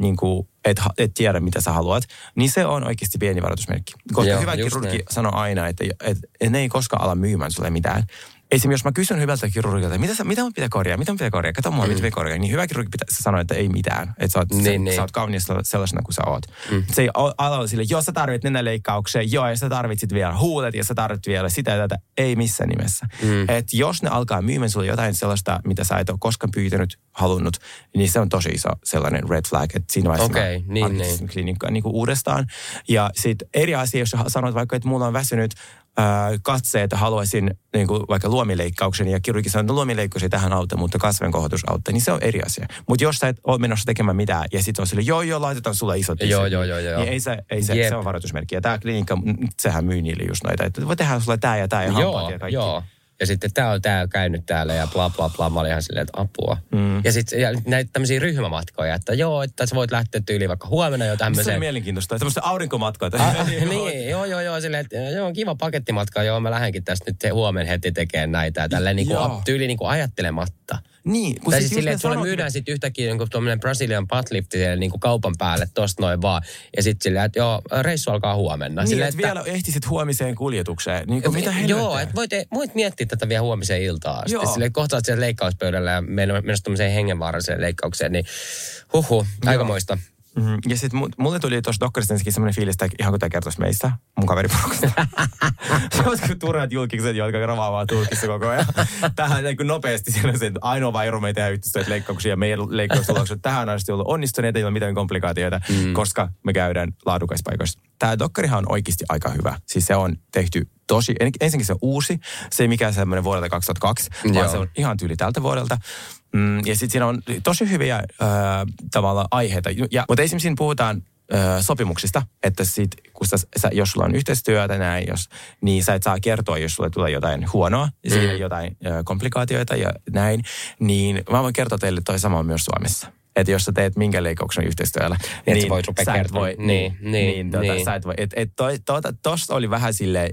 [SPEAKER 6] et tiedä, mitä sä haluat, niin se on oikeasti pieni varoitusmerkki. Koska hyvä kirurgi sanoo aina, että ne ei koskaan ala myymään sulle mitään. Esimerkiksi jos mä kysyn hyvältä kirurgilta, mitä mun pitää korjaa, kato mua, mitä pitää korjaa, niin hyvä kirurgi pitää sanoa, että ei mitään. Että sä oot kaunis sellaisena kuin sä oot. Se ei ala sille, jos sä tarvit nenäleikkauksia, ja sä tarvitsit vielä huulet, ja sä tarvit vielä sitä ja tätä. Ei missään nimessä. Että jos ne alkaa myymään sulle jotain sellaista, mitä sä et ole koskaan pyytänyt, halunnut, niin se on tosi iso sellainen red flag. Että siinä vaiheessa mä harkitsin klinikkaa niin kuin uudestaan. Ja sitten eri asia, jos sanot vaikka, että mulla on väsynyt katse, että haluaisin niin kuin vaikka luomileikkauksen ja kirurgi sanoo, että luomileikkaus ei tähän auta, mutta kasvenkohotus auttaa, niin se on eri asia. Mutta jos sä et ole menossa tekemään mitään ja sitten on sille, joo, laitetaan sulle isot tissit. Niin ei se on varoitusmerkki. Ja tämä klinikka, sehän myy niille just noita, että voi tehdä sulle tää ja hampaat ja kaikki.
[SPEAKER 8] Ja sitten tää on käynyt täällä ja bla bla bla. Mä olin ihan silleen, että apua. Ja sitten näitä tämmöisiä ryhmämatkoja, että joo, että sä voit lähteä tyyliin vaikka huomenna jo tämmöiseen.
[SPEAKER 6] Se on mielenkiintoista. Tämmöistä aurinkomatkoa.
[SPEAKER 8] Niin, joo, silleen, että joo, kiva pakettimatka. Joo, mä lähdenkin tästä nyt huomenna heti tekemään näitä. Tälleen tyyliin niin kuin ajattelematta.
[SPEAKER 6] Niin.
[SPEAKER 8] Tai siis silleen, että sulle myydään sitten yhtäkkiä niin kuin tuommoinen Brazilian butt-lifti siellä niin kuin kaupan päälle tosta noin vaan. Ja sitten silleen, että joo, reissu alkaa huomenna.
[SPEAKER 6] Niin,
[SPEAKER 8] silleen,
[SPEAKER 6] että vielä ehtisit huomiseen kuljetukseen. Niin kuin mitä helvettiä?
[SPEAKER 8] Joo, että voit miettiä tätä vielä huomiseen iltaan asti. Silleen kohtaat siellä leikkauspöydällä ja mennessä tuommoiseen hengenvaaralliseen leikkaukseen, niin aikamoista.
[SPEAKER 6] Mm-hmm. Ja sitten mulle tuli tuossa dokkarista ensinnäkin semmoinen fiilis, että ihan kun tämä kertoisi meistä, mun kaveriporukasta. Sellaiset turhat julkiset, jotka ravaamaan Turkissa koko ajan. Tähän niin nopeasti siellä se ainoa vairu me ei tehdä yhteistyötä leikkauksia. Ja meidän leikkaustulokset tähän on ollut onnistuneet, ei ole mitään komplikaatioita, koska me käydään laadukkaissa paikoissa. Tämä dokkarihan on oikeasti aika hyvä. Siis se on tehty tosi, ensinnäkin se on uusi. Se ei mikään semmoinen vuodelta 2002, vaan se on ihan tyyli tältä vuodelta. Ja sitten siinä on tosi hyviä tavallaan aiheita. Mutta esimerkiksi siinä puhutaan sopimuksista, että sit, kun jos sulla on yhteistyötä näin, niin sä et saa kertoa, jos sulle tulee jotain huonoa, ja siinä jotain komplikaatioita ja näin, niin mä voin kertoa teille toi sama myös Suomessa. Että jos sä teet minkä leikkauksen yhteistyöllä, niin sä et voi. Sä et voi. Tosta oli vähän silleen,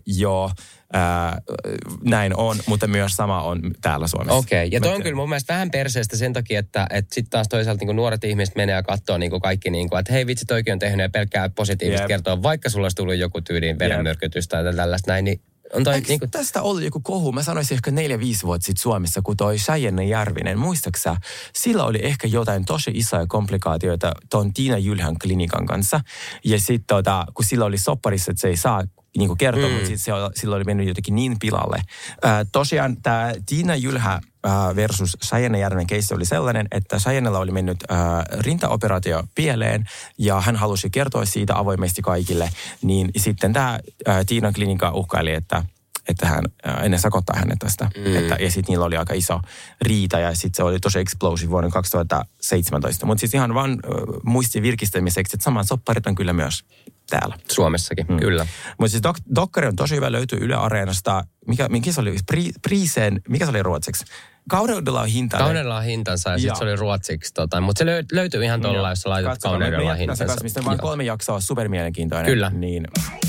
[SPEAKER 6] näin on, mutta myös sama on täällä Suomessa.
[SPEAKER 8] Okei, ja toi on kyllä mun mielestä vähän perseestä sen takia, että sitten taas toisaalta niin nuoret ihmiset menee ja katsoo niin kaikki, niin kuin, että hei vitsi, toikin on tehnyt ja pelkkää positiivista kertoa, vaikka sulla olisi tullut joku tyyliin verenmyrkytys tai tällaista näin, niin on toi,
[SPEAKER 6] eikö tästä ollut joku kohu? Mä sanoisin ehkä 4-5 vuotta sitten Suomessa, kun toi Cheyenne Järvinen, muistaaksä, sillä oli ehkä jotain tosi isoja komplikaatioita ton Tiina Jylhän klinikan kanssa. Ja sitten kun sillä oli sopparissa, että se ei saa niin kuin kertoa, mutta sillä oli mennyt jotenkin niin pilalle. Tosiaan tämä Tiina Jylhä versus Cheyenne Järvinen keissi oli sellainen, että Cheyennella oli mennyt rintaoperaatio pieleen ja hän halusi kertoa siitä avoimesti kaikille. Niin sitten tämä Tiinan klinikka uhkaili, että hän ennen sakottaa hänet tästä. Ja sitten niillä oli aika iso riita ja sitten se oli tosi explosive vuonna 2017. Mutta siis ihan vaan muistin virkistämiseksi, että saman sopparit on kyllä myös täällä.
[SPEAKER 8] Suomessakin, kyllä.
[SPEAKER 6] Mutta siis dokkari on tosi hyvä, löytyy Yle Areenasta. Mikä se oli? Mikä se oli ruotsiksi? Kauneudella on hintansa.
[SPEAKER 8] Kauneudella on hintansa ja sitten se oli ruotsiksi. Mutta se löytyy ihan tuolla, jos sä laitat kauneudella hintansa.
[SPEAKER 6] Mistä vaan 3 jaksoa on supermielenkiintoinen.
[SPEAKER 8] Kyllä.
[SPEAKER 6] Niin.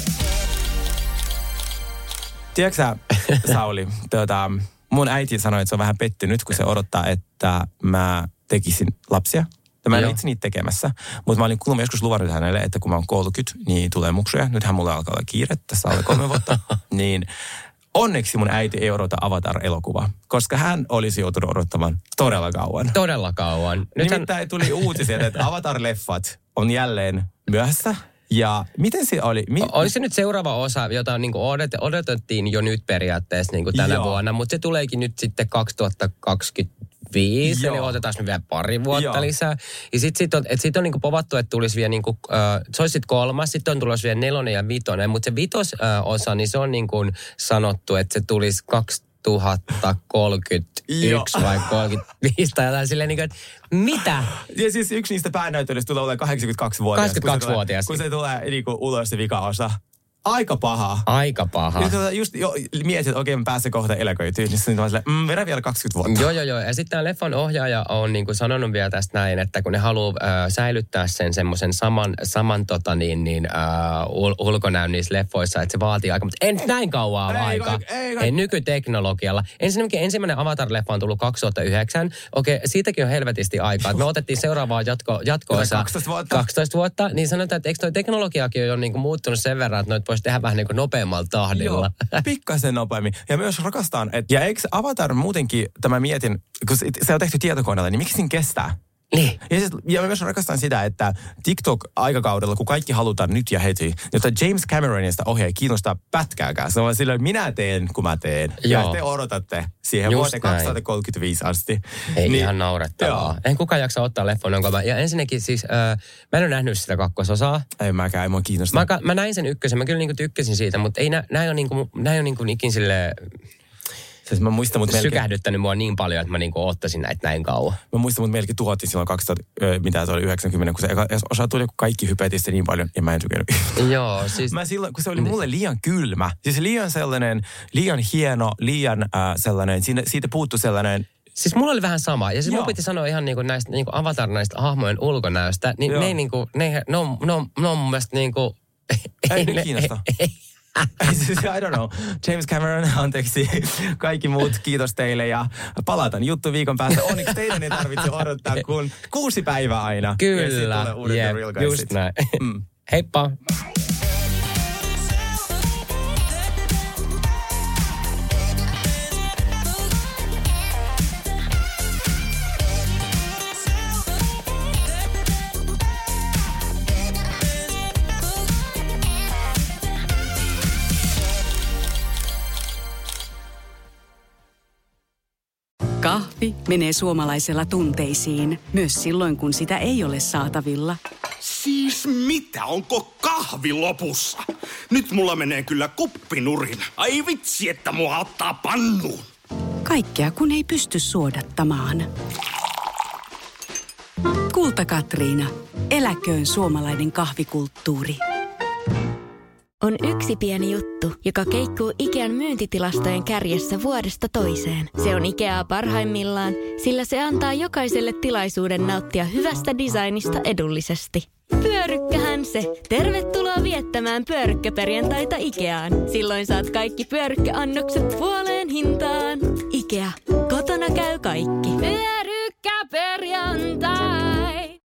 [SPEAKER 6] Tiedätkö sä, Sauli, mun äiti sanoi, että se on vähän pettynyt, kun se odottaa, että mä tekisin lapsia. Mä en itse niitä tekemässä, mutta mä olin kuulemma joskus luvannut hänelle, että kun mä oon 30, niin tulee muksuja. Nythän mulla alkaa olla kiire, tässä alle 3 vuotta. Niin onneksi mun äiti ei odota Avatar-elokuvaa, koska hän olisi joutunut odottamaan todella kauan.
[SPEAKER 8] Todella kauan.
[SPEAKER 6] Nimittäin tuli uutisia, että Avatar-leffat on jälleen myöhässä. Ja miten se oli?
[SPEAKER 8] Oli se nyt seuraava osa, jota niin kuin odotettiin jo nyt periaatteessa niin kuin tänä vuonna, mutta se tuleekin nyt sitten 2025, eli otetaan me vielä pari vuotta lisää. Ja sitten sit on niin kuin povattu, että tulisi vielä niin kuin, se olisi sitten 3, sitten on tulossa vielä 4 ja 5, mutta se 5 osa, niin se on niin kuin sanottu, että se tulisi 2031 vai 35 tai jotain silleen niin kuin, että mitä?
[SPEAKER 6] Ja siis yksi niistä päänäyttelyistä tulee olemaan 82-vuotias.
[SPEAKER 8] 82-vuotias.
[SPEAKER 6] Kun se tulee niin kuin ulos se vika-osa. Aika paha.
[SPEAKER 8] Aika paha.
[SPEAKER 6] Just mietit, että okei, mä pääsen kohta eläköityyn. Niin sitten mä silleen, vedä vielä 20 vuotta.
[SPEAKER 8] Joo. Ja sitten tämä leffan ohjaaja on niin kuin sanonut vielä tästä näin, että kun ne haluaa säilyttää sen semmoisen saman ulkonäön niissä leffoissa, että se vaatii aika, mutta en näin kauan aikaa. Ei nykyteknologialla. Ensimmäinen Avatar-leffa on tullut 2009. Okei, siitäkin on helvetisti aikaa. Me otettiin seuraavaa jatko-osaa 12 vuotta. Niin sanotaan, että eikö toi teknologiakin ole jo niin kuin muuttunut sen verran, että voisi tehdä vähän niin kuin nopeammalla tahdilla.
[SPEAKER 6] Joo, pikkasen nopeammin. Ja myös rakastan, että ja eikö Avatar muutenkin, tämä mietin, kun se on tehty tietokoneella, niin miksi siinä kestää?
[SPEAKER 8] Niin.
[SPEAKER 6] Ja myös rakastan sitä, että TikTok-aikakaudella, kun kaikki halutaan nyt ja heti, jotta James Cameronista ohjaaja kiinnostaa pätkääkään. Se on silloin, minä teen, kun mä teen. Joo. Ja te odotatte siihen vuoteen 2035 asti.
[SPEAKER 8] Ei niin, ihan naurettavaa. En kukaan jaksa ottaa leffon, jonka ja ensinnäkin siis, mä en ole nähnyt sitä 2. osaa.
[SPEAKER 6] Ei mäkään, ei mua kiinnostaa.
[SPEAKER 8] Mä näin sen 1, mä kyllä niinku tykkäsin siitä, mutta ei näin on niinku ikin silleen.
[SPEAKER 6] Siis mä muistan, mut
[SPEAKER 8] sykähdyttänyt mua niin paljon, että mä niinku oottaisin näitä näin kauan.
[SPEAKER 6] Mä muistan, mut melkein tuhottiin silloin 90, kun se osa tuli, kun kaikki hypetisti niin paljon, ja mä en tykännyt.
[SPEAKER 8] Joo, siis...
[SPEAKER 6] Mä silloin, kun se oli mulle liian kylmä, siis liian sellainen, liian hieno, liian sellainen, siitä puuttui sellainen...
[SPEAKER 8] Siis mulla oli vähän sama. Ja siis mun piti sanoa ihan niinku näistä niinku Avatar näistä hahmojen ulkonäöstä. Niin ne ei niinku, ne on mun mielestä niinku...
[SPEAKER 6] Ei ne kiinnosta. I don't know. James Cameron, anteeksi. Kaikki muut, kiitos teille ja palataan juttu viikon päästä. Onneksi teidän ei tarvitse odottaa kuin 6 päivää aina.
[SPEAKER 8] Kyllä, just näin. Heippa.
[SPEAKER 1] Kahvi menee suomalaisella tunteisiin, myös silloin kun sitä ei ole saatavilla.
[SPEAKER 9] Siis mitä? Onko kahvi lopussa? Nyt mulla menee kyllä kuppinurin. Ai vitsi, että mua ottaa pannuun.
[SPEAKER 1] Kaikkea kun ei pysty suodattamaan. Kulta Katriina. Eläköön suomalainen kahvikulttuuri.
[SPEAKER 14] On yksi pieni juttu, joka keikkuu Ikean myyntitilastojen kärjessä vuodesta toiseen. Se on Ikeaa parhaimmillaan, sillä se antaa jokaiselle tilaisuuden nauttia hyvästä designista edullisesti. Pyörykkähän se! Tervetuloa viettämään pyörykkäperjantaita Ikeaan. Silloin saat kaikki pyörykkäannokset puoleen hintaan. Ikea. Kotona käy kaikki. Pyörykkäperjantai!